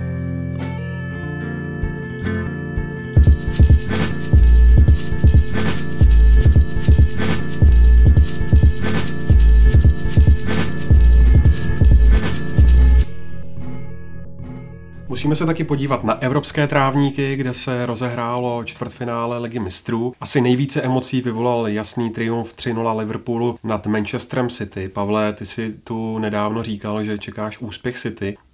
Musíme se taky podívat na evropské trávníky, kde se rozehrálo čtvrtfinále Ligy mistrů. Asi nejvíce emocí vyvolal jasný triumf 3-0 Liverpoolu nad Manchesterem City. Pavle, ty si tu nedávno říkal, že čekáš úspěch City.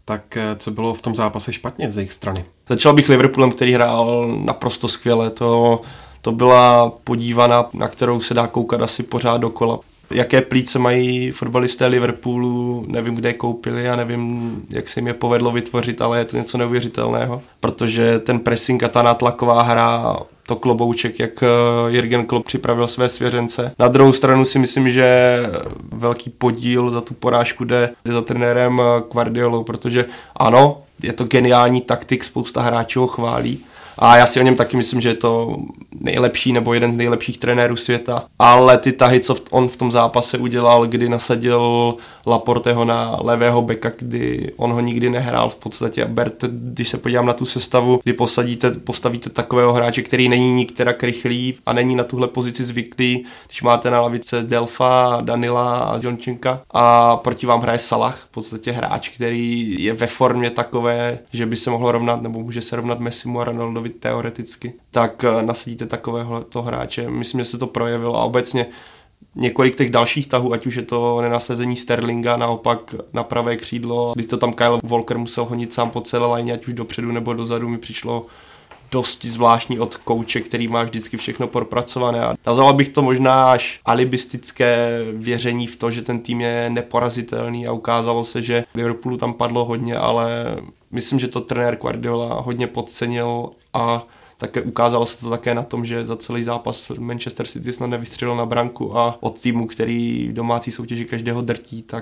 Tak co bylo v tom zápase špatně z jejich strany? Začal bych Liverpoolem, který hrál naprosto skvěle. To byla podívaná, na kterou se dá koukat asi pořád dokola. Jaké plíce mají fotbalisté Liverpoolu, nevím, kde je koupili a nevím, jak se jim je povedlo vytvořit, ale je to něco neuvěřitelného, protože ten pressing a ta nátlaková hra, to klobouček, jak Jürgen Klopp připravil své svěřence. Na druhou stranu si myslím, že velký podíl za tu porážku jde za trenérem Guardiolou, protože ano, je to geniální taktik, spousta hráčů ho chválí. A já si o něm taky myslím, že je to nejlepší nebo jeden z nejlepších trenérů světa. Ale ty tahy, co on v tom zápase udělal, kdy nasadil Laporteho na levého beka, kdy on ho nikdy nehrál v podstatě. A berte, když se podívám na tu sestavu, kdy postavíte takového hráče, který není nikterak rychlý a není na tuhle pozici zvyklý, když máte na lavice Delfa, Danila a Zinchenka a proti vám hraje Salah, v podstatě hráč, který je ve formě takové, že by se mohlo rovnat nebo může se rovnat Messimu a Ronaldovi teoreticky, tak nasadíte takového hráče. Myslím, že se to projevilo a obecně několik těch dalších tahů, ať už je to nenasazení Sterlinga naopak na pravé křídlo, když to tam Kyle Walker musel honit sám po celé lajně, ať už dopředu nebo dozadu, mi přišlo dosti zvláštní od kouče, který má vždycky všechno propracované. A nazval bych to možná až alibistické věření v to, že ten tým je neporazitelný a ukázalo se, že Liverpoolu tam padlo hodně, ale myslím, že to trenér Guardiola hodně podcenil a také ukázalo se to také na tom, že za celý zápas Manchester City snad nevystřelil na branku a od týmu, který v domácí soutěži každého drtí, tak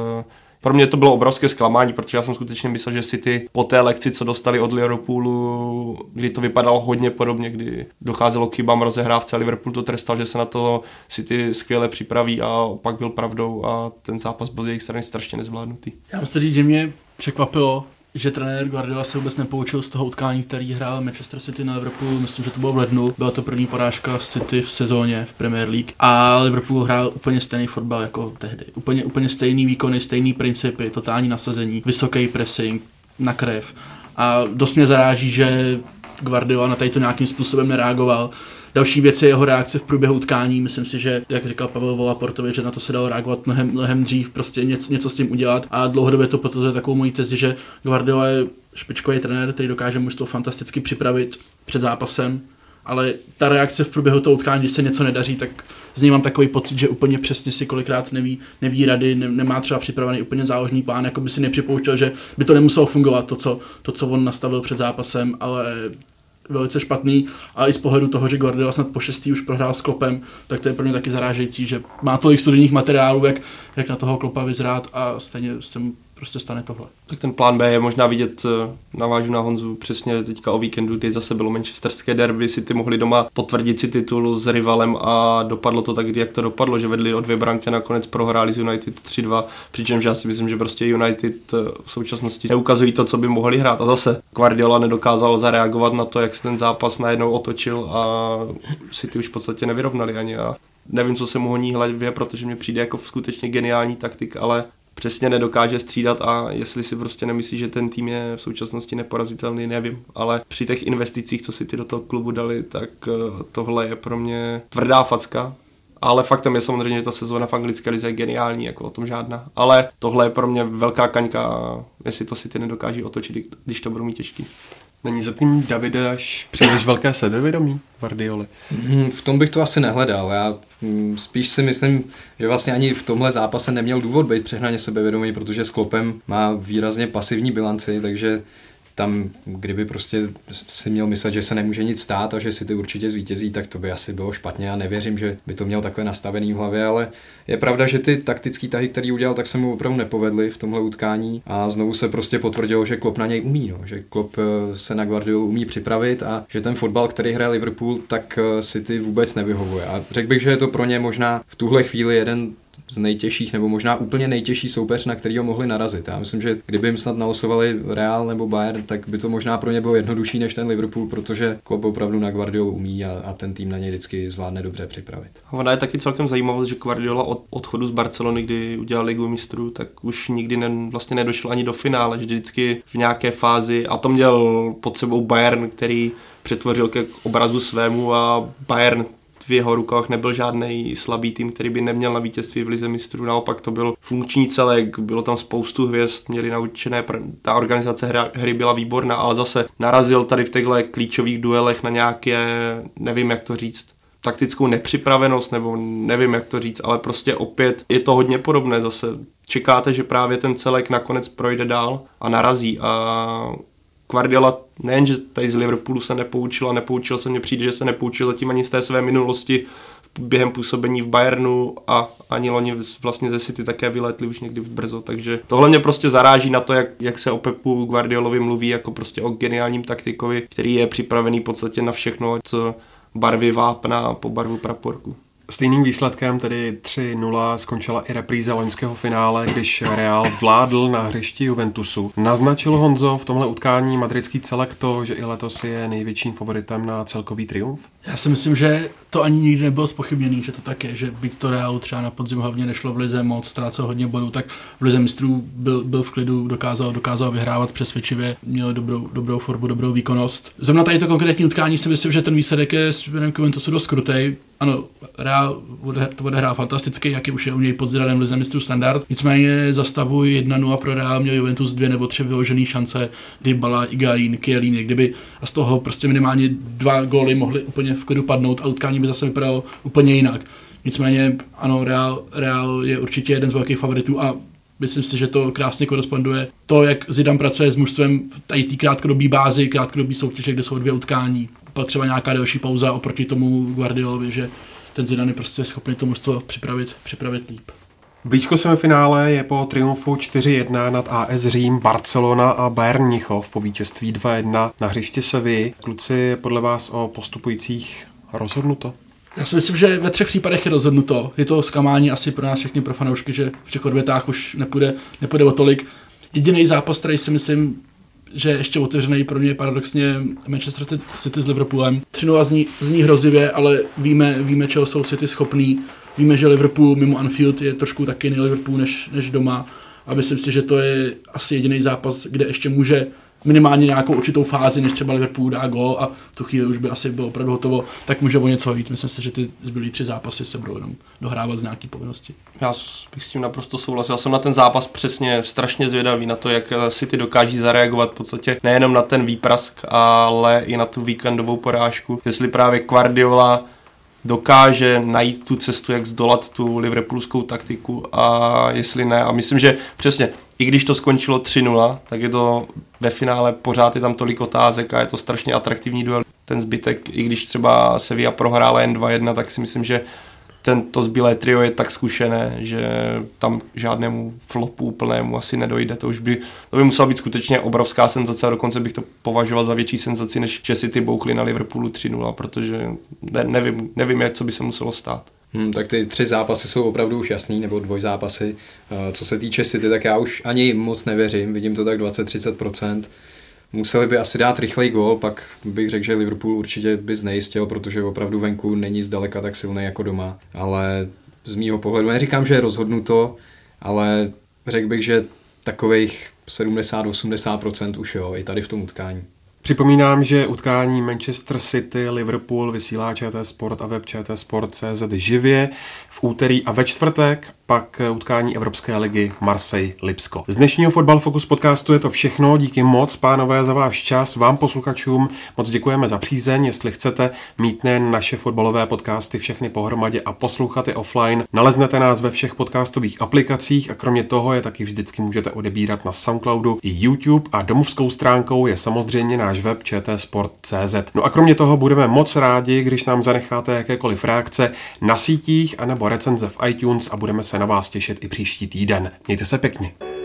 pro mě to bylo obrovské zklamání, protože já jsem skutečně myslel, že City po té lekci, co dostali od Liverpoolu, kdy to vypadalo hodně podobně, kdy docházelo k chybám rozehrávce a Liverpool to trestal, že se na to City skvěle připraví a opak byl pravdou a ten zápas byl z jejich strany strašně nezvládnutý. Já musím říct, že mě překvapilo, že trenér Guardiola se vůbec nepoučil z toho utkání, který hrál Manchester City na Liverpoolu, myslím, že to bylo v lednu. Byla to první porážka City v sezóně v Premier League a Liverpool hrál úplně stejný fotbal jako tehdy. Úplně stejný výkony, stejný principy, totální nasazení, vysoký pressing, na krev. A dost mě zaráží, že Guardiola na to nějakým způsobem nereagoval. Další věc je jeho reakce v průběhu utkání. Myslím si, že, jak říkal Pavel Laportovi, že na to se dalo reagovat mnohem dřív, prostě něco s tím udělat. A dlouhodobě to potvrzuje takovou moji tezi, že Guardiola je špičkový trenér, který dokáže mužstvo fantasticky připravit před zápasem, ale ta reakce v průběhu toho utkání, když se něco nedaří, tak z něj mám takový pocit, že úplně přesně si kolikrát neví rady, nemá třeba připravený úplně záložní plán, jako by si nepřipouštěl, že by to nemuselo fungovat, to, co on nastavil před zápasem, ale velice špatný a i z pohledu toho, že Guardiola snad po 6. už prohrál s Kloppem, tak to je pro mě taky zarážející, že má tolik studijních materiálů, jak na toho Kloppa vyzrát a stejně s tím prostě stane tohle. Tak ten plán B je možná vidět, navážu na Honzu, přesně teďka o víkendu, kdy zase bylo manchesterské derby, City mohli doma potvrdit si titul s rivalem a dopadlo to tak, jak to dopadlo, že vedli o 2 branky a nakonec prohráli z United 3-2, přičemž já si myslím, že prostě United v současnosti neukazují to, co by mohli hrát a zase Guardiola nedokázal zareagovat na to, jak se ten zápas najednou otočil a City už v podstatě nevyrovnali ani a nevím, co se mu honí hlavě, protože mi přijde jako skutečně geniální taktik, ale přesně nedokáže střídat a jestli si prostě nemyslí, že ten tým je v současnosti neporazitelný, nevím. Ale při těch investicích, co si ty do toho klubu dali, tak tohle je pro mě tvrdá facka. Ale faktem je samozřejmě, že ta sezóna v anglické lize je geniální, jako o tom žádná. Ale tohle je pro mě velká kaňka, jestli to City nedokáží otočit, když to budou mít těžký. Není za tím, Davide, až příliš velké sebevědomí Guardioli? V tom bych to asi nehledal. Já spíš si myslím, že vlastně ani v tomhle zápase neměl důvod být přehnaně sebevědomý, protože s Kloppem má výrazně pasivní bilanci, takže tam, kdyby prostě si měl myslet, že se nemůže nic stát a že si ty určitě zvítězí, tak to by asi bylo špatně a nevěřím, že by to měl takhle nastavený v hlavě, ale je pravda, že ty taktický tahy, který udělal, tak se mu opravdu nepovedly v tomhle utkání a znovu se prostě potvrdilo, že Klopp na něj umí, že Klopp se na Guardiolu umí připravit a že ten fotbal, který hraje Liverpool, tak City vůbec nevyhovuje. A řekl bych, že je to pro ně možná v tuhle chvíli jeden z nejtěžších, nebo možná úplně nejtěžší soupeř, na kterýho mohli narazit. Já myslím, že kdyby jim snad nalosovali Real nebo Bayern, tak by to možná pro ně bylo jednodušší než ten Liverpool, protože Klopp opravdu na Guardiolu umí a ten tým na něj vždycky zvládne dobře připravit. Ona je taky celkem zajímavost, že Guardiola od odchodu z Barcelony, kdy udělal Ligu mistrů, tak už nikdy vlastně nedošel ani do finále, že vždycky v nějaké fázi, a to měl pod sebou Bayern, který přetvořil ke obrazu svému a Bayern v jeho rukách nebyl žádný slabý tým, který by neměl na vítězství v Lize mistrů. Naopak to byl funkční celek, bylo tam spoustu hvězd, měli naučené, ta organizace hry byla výborná, ale zase narazil tady v těchto klíčových duelech na nějaké, nevím jak to říct, taktickou nepřipravenost, nebo nevím jak to říct, ale prostě opět je to hodně podobné. Zase čekáte, že právě ten celek nakonec projde dál a narazí a Guardiola nejen, že tady z Liverpoolu se nepoučil se, mně přijde, že se nepoučil zatím ani z té své minulosti během působení v Bayernu a ani loni vlastně ze City také vylétli už někdy brzo, takže tohle mě prostě zaráží na to, jak se o Pepu Guardiolovi mluví jako prostě o geniálním taktikovi, který je připravený v podstatě na všechno, co barvy vápna po barvu praporku. Stejným výsledkem, tedy 3-0, skončila i repríza loňského finále, když Real vládl na hřišti Juventusu. Naznačil Honzo v tomhle utkání madridský celek to, že i letos je největším favoritem na celkový triumf? Já si myslím, že to ani nikdy nebylo zpochybněný, že to tak je, že byť to Realu třeba na podzim hlavně nešlo v lize moc, ztrácel hodně bodů, tak v lize mistrů byl v klidu, dokázal vyhrávat přesvědčivě, měl dobrou formu, dobrou výkonnost. Zrovna tady to konkrétní utkání si myslím, že ten výsledek je směrem k Juventusu dost krutej. Ano, Real to odehrál fantasticky, jaký už je u něj pod Zidanem v lize mistrů standard. Nicméně za stavu 1-0 pro Real měl Juventus 2 nebo 3 vyložené šance, Dybala, Higuaín, Chiellini, kdyby a z toho prostě minimálně 2 góly mohly úplně v klidu padnout a utkání by zase vypadalo úplně jinak. Nicméně ano, Real je určitě jeden z velkých favoritů a myslím si, že to krásně koresponduje. To, jak Zidane pracuje s mužstvem tady té krátkodobé bázi, krátkodobé soutěže, kde jsou 2 utkání, pak třeba nějaká delší pauza oproti tomu Guardiolovi, že ten Zidane je prostě schopný to mužstvo připravit líp. Blízko semifinále je po triumfu 4-1 nad AS Řím, Barcelona a Bayern Mnichov po vítězství 2-1 na hřišti Sevilly. Kluci, podle vás o postupujících rozhodnuto? Já si myslím, že ve 3 případech je rozhodnuto. Je to zklamání asi pro nás všechny, pro fanoušky, že v těch odvětách už nepůjde o tolik. Jediný zápas, který si myslím, že je ještě otevřený pro mě paradoxně Manchester City s Liverpoolem. 3-0 zní hrozivě, ale víme, čeho jsou City schopný. Víme, že Liverpool mimo Anfield je trošku taky jiný Liverpool než doma. A myslím si, že to je asi jediný zápas, kde ještě může minimálně nějakou určitou fázi, než třeba Liverpool dá gól a v tu chvíli už by asi bylo opravdu hotovo, tak může o něco jít. Myslím si, že ty zbylý 3 zápasy se budou jenom dohrávat z nějaký povinnosti. Já bych s tím naprosto souhlasil. Já jsem na ten zápas přesně strašně zvědavý na to, jak City dokáží zareagovat v podstatě nejenom na ten výprask, ale i na tu víkendovou porážku. Jestli právě Guardiola dokáže najít tu cestu, jak zdolat tu liverpoolskou taktiku a jestli ne. A myslím, že přesně, i když to skončilo 3-0, tak je to ve finále pořád je tam tolik otázek a je to strašně atraktivní duel. Ten zbytek, i když třeba Sevilla prohrála jen 2-1, tak si myslím, že to zbylé trio je tak zkušené, že tam žádnému flopu úplnému asi nedojde. To by musela být skutečně obrovská senzace a dokonce bych to považoval za větší senzaci, než že si ty bouchli na Liverpoolu 3-0, protože nevím, co by se muselo stát. Tak ty 3 zápasy jsou opravdu už jasný, nebo 2 zápasy. Co se týče City, tak já už ani moc nevěřím, vidím to tak 20-30%. Museli by asi dát rychlej gól, pak bych řekl, že Liverpool určitě by znejistil, protože opravdu venku není zdaleka tak silný jako doma. Ale z mýho pohledu, neříkám, že je rozhodnuto, ale řekl bych, že takových 70-80% už jo, i tady v tom utkání. Připomínám, že utkání Manchester City Liverpool vysílá ČT Sport a web čtsport.cz živě v úterý a ve čtvrtek pak utkání Evropské ligy Marseille-Lipsko. Z dnešního Fotbal Focus podcastu je to všechno. Díky moc, pánové, za váš čas. Vám posluchačům moc děkujeme za přízeň. Jestli chcete mít nejen naše fotbalové podcasty všechny pohromadě a poslouchat je offline, naleznete nás ve všech podcastových aplikacích a kromě toho je taky vždycky můžete odebírat na Soundcloudu i YouTube a domovskou stránkou je samozřejmě náš web čtsport.cz. No a kromě toho budeme moc rádi, když nám zanecháte jakékoliv reakce na sítích anebo recenze v iTunes a budeme se na vás těšit i příští týden. Mějte se pěkně.